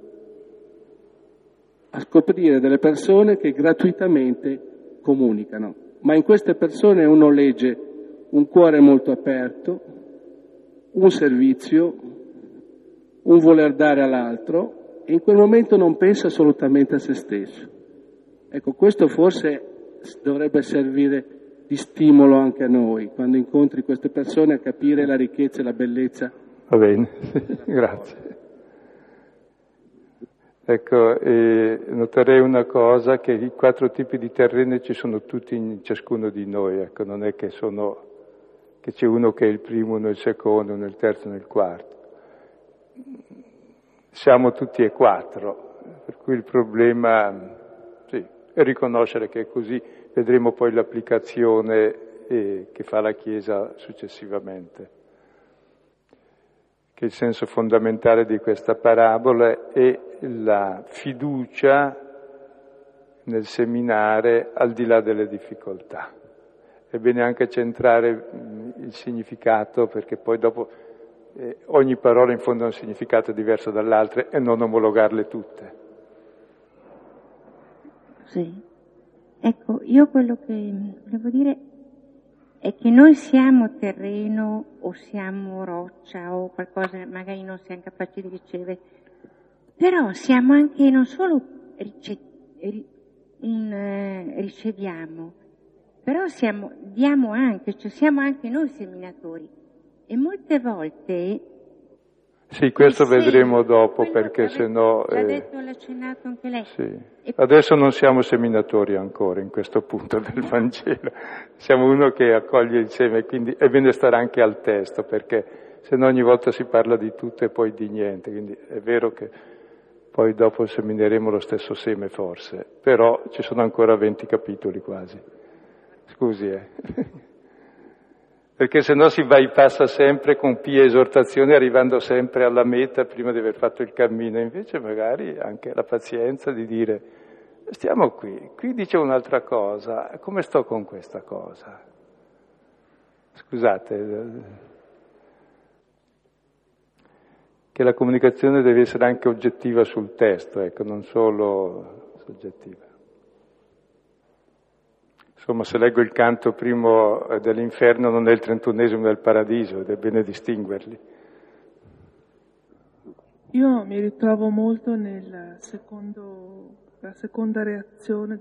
a scoprire delle persone che gratuitamente comunicano. Ma in queste persone uno legge un cuore molto aperto, un servizio, un voler dare all'altro, e in quel momento non pensa assolutamente a se stesso. Ecco, questo forse dovrebbe servire di stimolo anche a noi, quando incontri queste persone, a capire la ricchezza e la bellezza. Va bene, grazie. Ecco, noterei una cosa, che i 4 tipi di terreni ci sono tutti in ciascuno di noi, ecco, non è che c'è uno che è il primo, uno il secondo, uno il terzo, uno il quarto. Siamo tutti e 4, per cui il problema sì, è riconoscere che è così, vedremo poi l'applicazione che fa la Chiesa successivamente. Che il senso fondamentale di questa parabola è la fiducia nel seminare al di là delle difficoltà. È bene anche centrare il significato, perché poi dopo ogni parola in fondo ha un significato diverso dall'altra e non omologarle tutte. Sì. Ecco, io quello che volevo dire è che noi siamo terreno o siamo roccia o qualcosa, magari non siamo capaci di ricevere, però siamo anche, non solo riceviamo, però diamo anche, cioè siamo anche noi seminatori. E molte volte... Sì, questo vedremo dopo, perché se no... L'ha detto, l'ha accennato anche lei. Sì. Adesso non siamo seminatori ancora in questo punto del Vangelo, siamo uno che accoglie il seme, quindi è bene stare anche al testo, perché se no ogni volta si parla di tutto e poi di niente, quindi è vero che poi dopo semineremo lo stesso seme forse, però ci sono ancora 20 capitoli quasi. Scusi, Perché se no si bypassa sempre con pie esortazioni, arrivando sempre alla meta prima di aver fatto il cammino. Invece magari anche la pazienza di dire, stiamo qui dice un'altra cosa, come sto con questa cosa? Scusate, che la comunicazione deve essere anche oggettiva sul testo, ecco, non solo soggettiva. Insomma, se leggo il canto primo dell'inferno non è il 31esimo del paradiso, ed è bene distinguerli. Io mi ritrovo molto la seconda reazione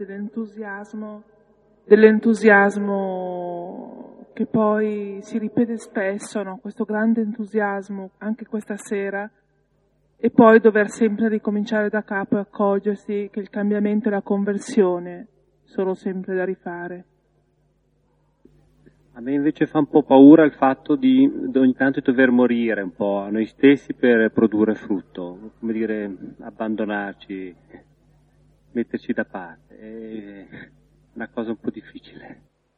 dell'entusiasmo che poi si ripete spesso, no? Questo grande entusiasmo anche questa sera, e poi dover sempre ricominciare da capo e accorgersi che il cambiamento e la conversione sono sempre da rifare. A me invece fa un po' paura il fatto di ogni tanto dover morire un po' a noi stessi per produrre frutto, come dire, abbandonarci, metterci da parte. È una cosa un po' difficile.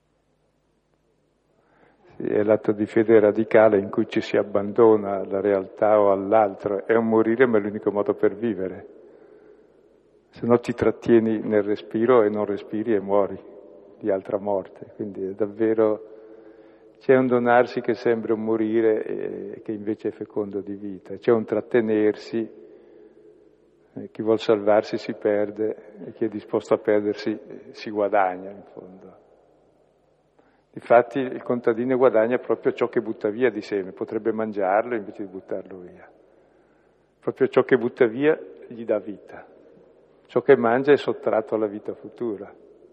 Sì, è l'atto di fede radicale in cui ci si abbandona alla realtà o all'altro. È un morire, ma è l'unico modo per vivere. Se no ti trattieni nel respiro e non respiri e muori di altra morte. Quindi è davvero... C'è un donarsi che sembra un morire che invece è fecondo di vita. C'è un trattenersi, chi vuol salvarsi si perde e chi è disposto a perdersi si guadagna in fondo. Difatti il contadino guadagna proprio ciò che butta via di seme, potrebbe mangiarlo invece di buttarlo via. Proprio ciò che butta via gli dà vita, ciò che mangia è sottratto alla vita futura.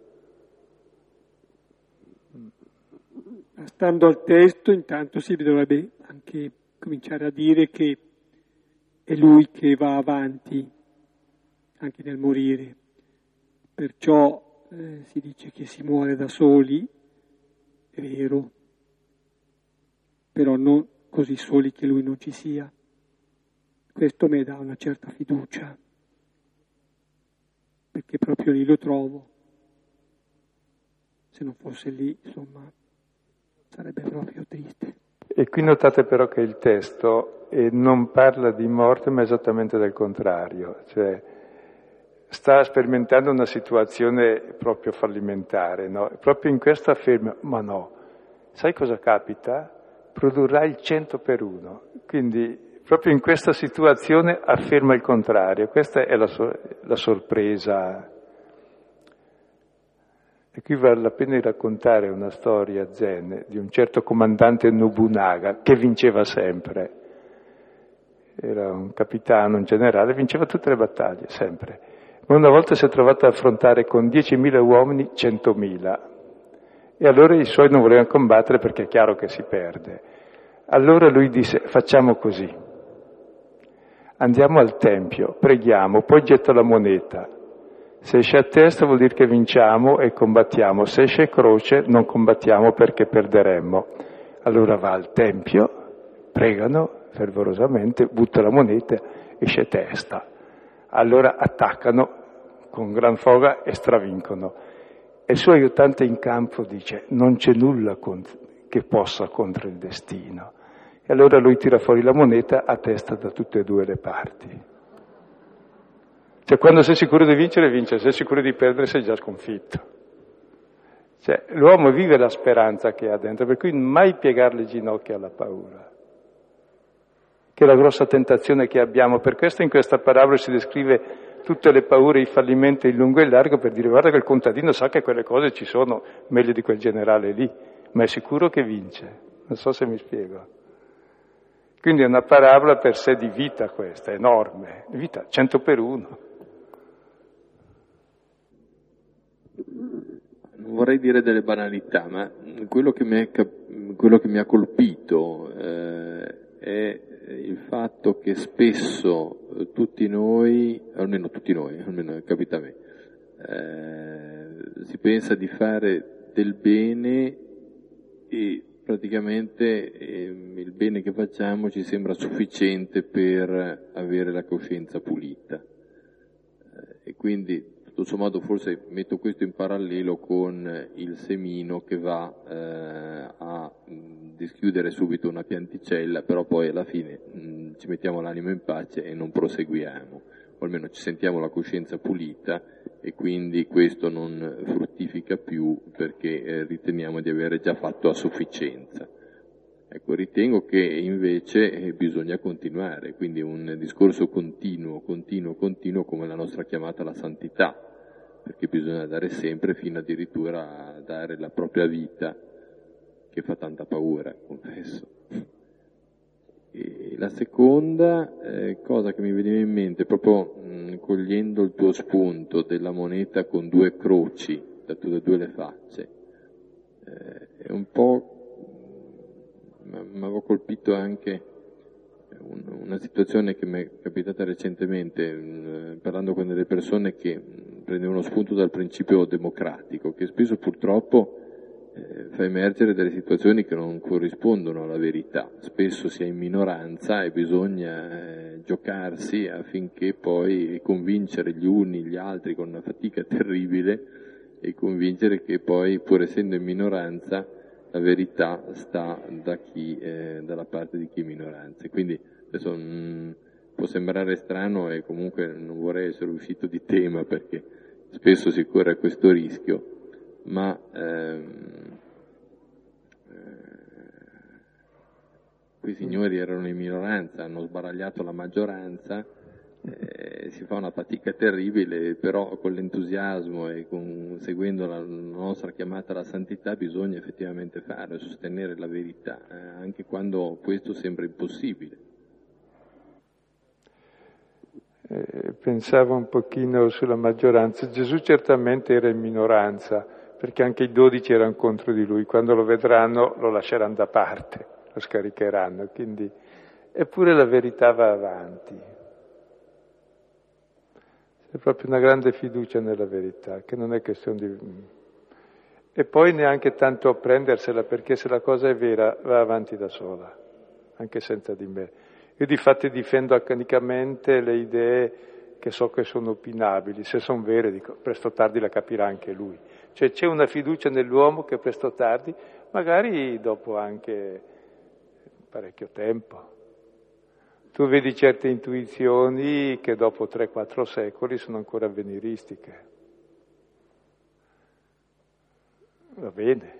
Stando al testo, intanto si dovrebbe anche cominciare a dire che è lui che va avanti anche nel morire. Perciò si dice che si muore da soli, è vero, però non così soli che lui non ci sia. Questo mi dà una certa fiducia, perché proprio lì lo trovo. Se non fosse lì, insomma, sarebbe proprio triste. E qui notate però che il testo non parla di morte, ma esattamente del contrario, cioè sta sperimentando una situazione proprio fallimentare, no? Proprio in questo afferma, ma no, sai cosa capita? Produrrà il 100 per 1, quindi proprio in questa situazione afferma il contrario, questa è la sorpresa. E qui vale la pena di raccontare una storia zen di un certo comandante Nobunaga che vinceva sempre. Era un capitano, un generale, vinceva tutte le battaglie, sempre. Ma una volta si è trovato ad affrontare con 10.000 uomini 100.000. E allora i suoi non volevano combattere perché è chiaro che si perde. Allora lui disse, facciamo così. Andiamo al tempio, preghiamo, poi getto la moneta. Se esce a testa vuol dire che vinciamo e combattiamo, se esce croce non combattiamo perché perderemmo. Allora va al tempio, pregano fervorosamente, butta la moneta, esce testa. Allora attaccano con gran foga e stravincono. E il suo aiutante in campo dice, non c'è nulla che possa contro il destino. E allora lui tira fuori la moneta a testa da tutte e due le parti. Cioè quando sei sicuro di vincere, vince, se sei sicuro di perdere sei già sconfitto. Cioè l'uomo vive la speranza che ha dentro, per cui mai piegare le ginocchia alla paura, che è la grossa tentazione che abbiamo. Per questo in questa parabola si descrive tutte le paure, i fallimenti in lungo e in largo, per dire guarda che il contadino sa che quelle cose ci sono, meglio di quel generale lì, ma è sicuro che vince. Non so se mi spiego. Quindi è una parabola per sé di vita questa, enorme, vita 100 per 1. Non vorrei dire delle banalità, ma quello che mi ha colpito è il fatto che spesso tutti noi, almeno capita a me, si pensa di fare del bene e praticamente il bene che facciamo ci sembra sufficiente per avere la coscienza pulita. E quindi tutto sommato forse metto questo in parallelo con il semino che va a dischiudere subito una pianticella, però poi alla fine ci mettiamo l'animo in pace e non proseguiamo, o almeno ci sentiamo la coscienza pulita e quindi questo non fruttifica più perché riteniamo di avere già fatto a sufficienza. Ecco, ritengo che invece bisogna continuare, quindi un discorso continuo come la nostra chiamata alla santità, perché bisogna dare sempre fino addirittura a dare la propria vita, che fa tanta paura, confesso. E la seconda cosa che mi veniva in mente, proprio cogliendo il tuo spunto della moneta con due croci, da due le facce, è un po', mi avevo colpito anche una situazione che mi è capitata recentemente, parlando con delle persone che prendevano spunto dal principio democratico, che spesso purtroppo fa emergere delle situazioni che non corrispondono alla verità. Spesso si è in minoranza e bisogna giocarsi affinché poi convincere gli uni gli altri con una fatica terribile e convincere che poi, pur essendo in minoranza, la verità sta dalla parte di chi è minoranza. Quindi adesso può sembrare strano e comunque non vorrei essere uscito di tema perché spesso si corre questo rischio, ma quei signori erano in minoranza, hanno sbaragliato la maggioranza, si fa una fatica terribile, però con l'entusiasmo e seguendo la nostra chiamata alla santità bisogna effettivamente farlo, sostenere la verità, anche quando questo sembra impossibile. Pensavo un pochino sulla maggioranza. Gesù certamente era in minoranza, perché anche i 12 erano contro di lui, quando lo vedranno lo lasceranno da parte, lo scaricheranno, quindi eppure la verità va avanti. C'è proprio una grande fiducia nella verità, che non è questione di... E poi neanche tanto a prendersela, perché se la cosa è vera va avanti da sola, anche senza di me. Io di fatti difendo accanicamente le idee che so che sono opinabili, se sono vere dico presto o tardi la capirà anche lui. Cioè c'è una fiducia nell'uomo che presto o tardi, magari dopo anche parecchio tempo. Tu vedi certe intuizioni che dopo 3-4 secoli sono ancora avveniristiche. Va bene.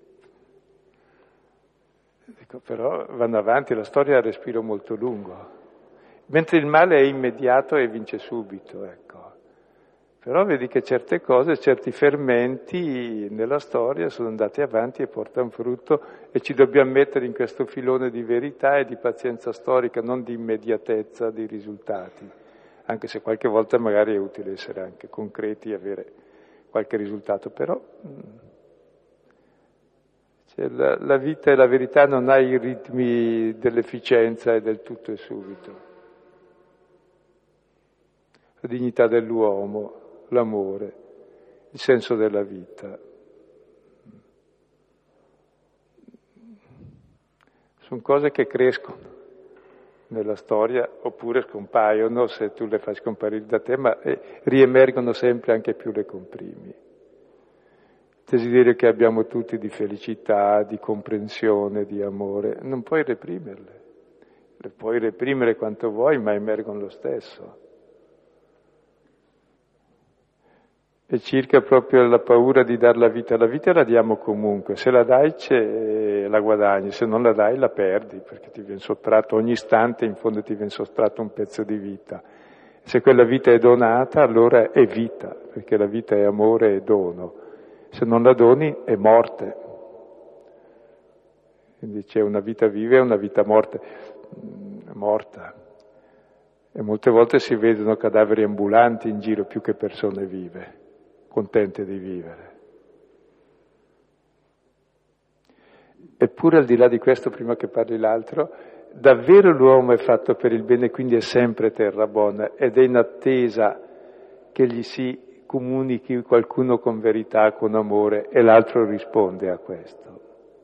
Dico, però vanno avanti, la storia ha respiro molto lungo. Mentre il male è immediato e vince subito, ecco. Però vedi che certe cose, certi fermenti nella storia sono andati avanti e portano frutto e ci dobbiamo mettere in questo filone di verità e di pazienza storica, non di immediatezza di risultati, anche se qualche volta magari è utile essere anche concreti e avere qualche risultato, però cioè, la vita e la verità non ha i ritmi dell'efficienza e del tutto e subito. La dignità dell'uomo, l'amore, il senso della vita. Sono cose che crescono nella storia oppure scompaiono se tu le fai scomparire da te, ma riemergono sempre, anche più le comprimi. Il desiderio che abbiamo tutti di felicità, di comprensione, di amore, non puoi reprimerle. Le puoi reprimere quanto vuoi, ma emergono lo stesso. E circa proprio la paura di dar la vita la diamo comunque, se la dai la guadagni, se non la dai la perdi, perché ti viene sottratto ogni istante, in fondo ti viene sottratto un pezzo di vita. Se quella vita è donata, allora è vita, perché la vita è amore e dono. Se non la doni è morte. Quindi c'è una vita viva e una vita morta. E molte volte si vedono cadaveri ambulanti in giro più che persone vive, contente di vivere. Eppure al di là di questo, prima che parli l'altro, davvero l'uomo è fatto per il bene, quindi è sempre terra buona ed è in attesa che gli si comunichi qualcuno con verità, con amore, e l'altro risponde a questo.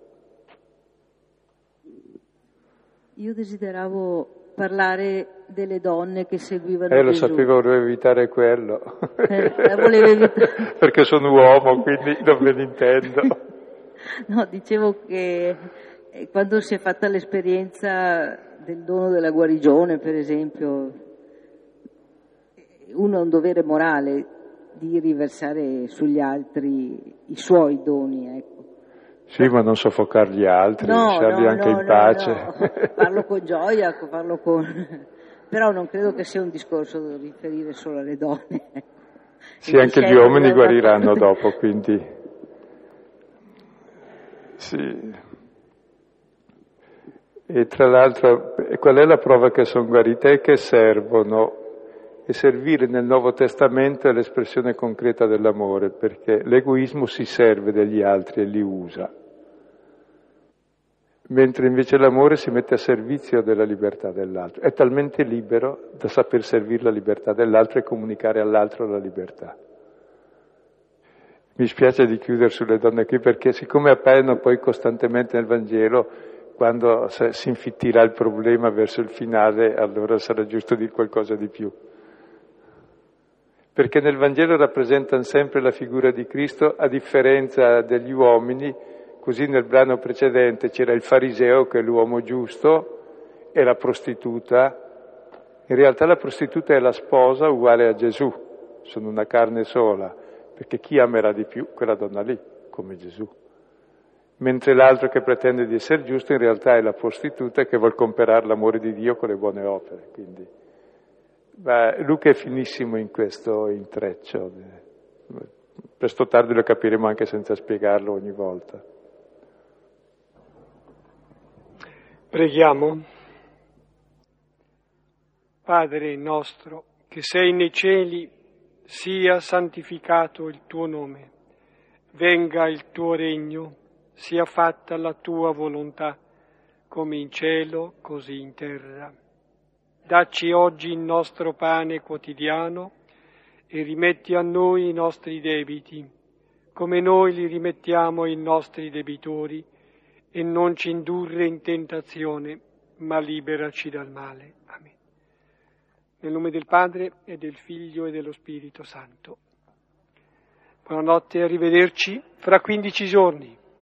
Io desideravo parlare delle donne che seguivano Lo Gesù. sapevo, volevo evitare quello. Volevo evitare. Perché sono uomo, quindi non me ne intendo. No, dicevo che quando si è fatta l'esperienza del dono della guarigione, per esempio, uno ha un dovere morale di riversare sugli altri i suoi doni, ecco. Sì, ma non soffocare gli altri, lasciarli anche in pace. No. Parlo con gioia, parlo con... Però non credo che sia un discorso da riferire solo alle donne. Sì, anche gli uomini guariranno dopo, quindi... Sì. E tra l'altro, qual è la prova che sono guarite? Che servono. E servire nel Nuovo Testamento è l'espressione concreta dell'amore, perché l'egoismo si serve degli altri e li usa, mentre invece l'amore si mette a servizio della libertà dell'altro. È talmente libero da saper servire la libertà dell'altro e comunicare all'altro la libertà. Mi spiace di chiudere sulle donne qui, perché siccome appaiono poi costantemente nel Vangelo, quando si infittirà il problema verso il finale, allora sarà giusto dire qualcosa di più. Perché nel Vangelo rappresentano sempre la figura di Cristo, a differenza degli uomini. Così nel brano precedente c'era il fariseo, che è l'uomo giusto, e la prostituta. In realtà la prostituta è la sposa uguale a Gesù, sono una carne sola, perché chi amerà di più? Quella donna lì, come Gesù. Mentre l'altro che pretende di essere giusto in realtà è la prostituta che vuol comprare l'amore di Dio con le buone opere. Quindi, Luca è finissimo in questo intreccio. Presto o tardi lo capiremo anche senza spiegarlo ogni volta. Preghiamo. Padre nostro, che sei nei cieli, sia santificato il tuo nome. Venga il tuo regno, sia fatta la tua volontà, come in cielo, così in terra. Dacci oggi il nostro pane quotidiano e rimetti a noi i nostri debiti, come noi li rimettiamo ai nostri debitori, e non ci indurre in tentazione, ma liberaci dal male. Amen. Nel nome del Padre e del Figlio e dello Spirito Santo. Buonanotte e arrivederci fra 15 giorni.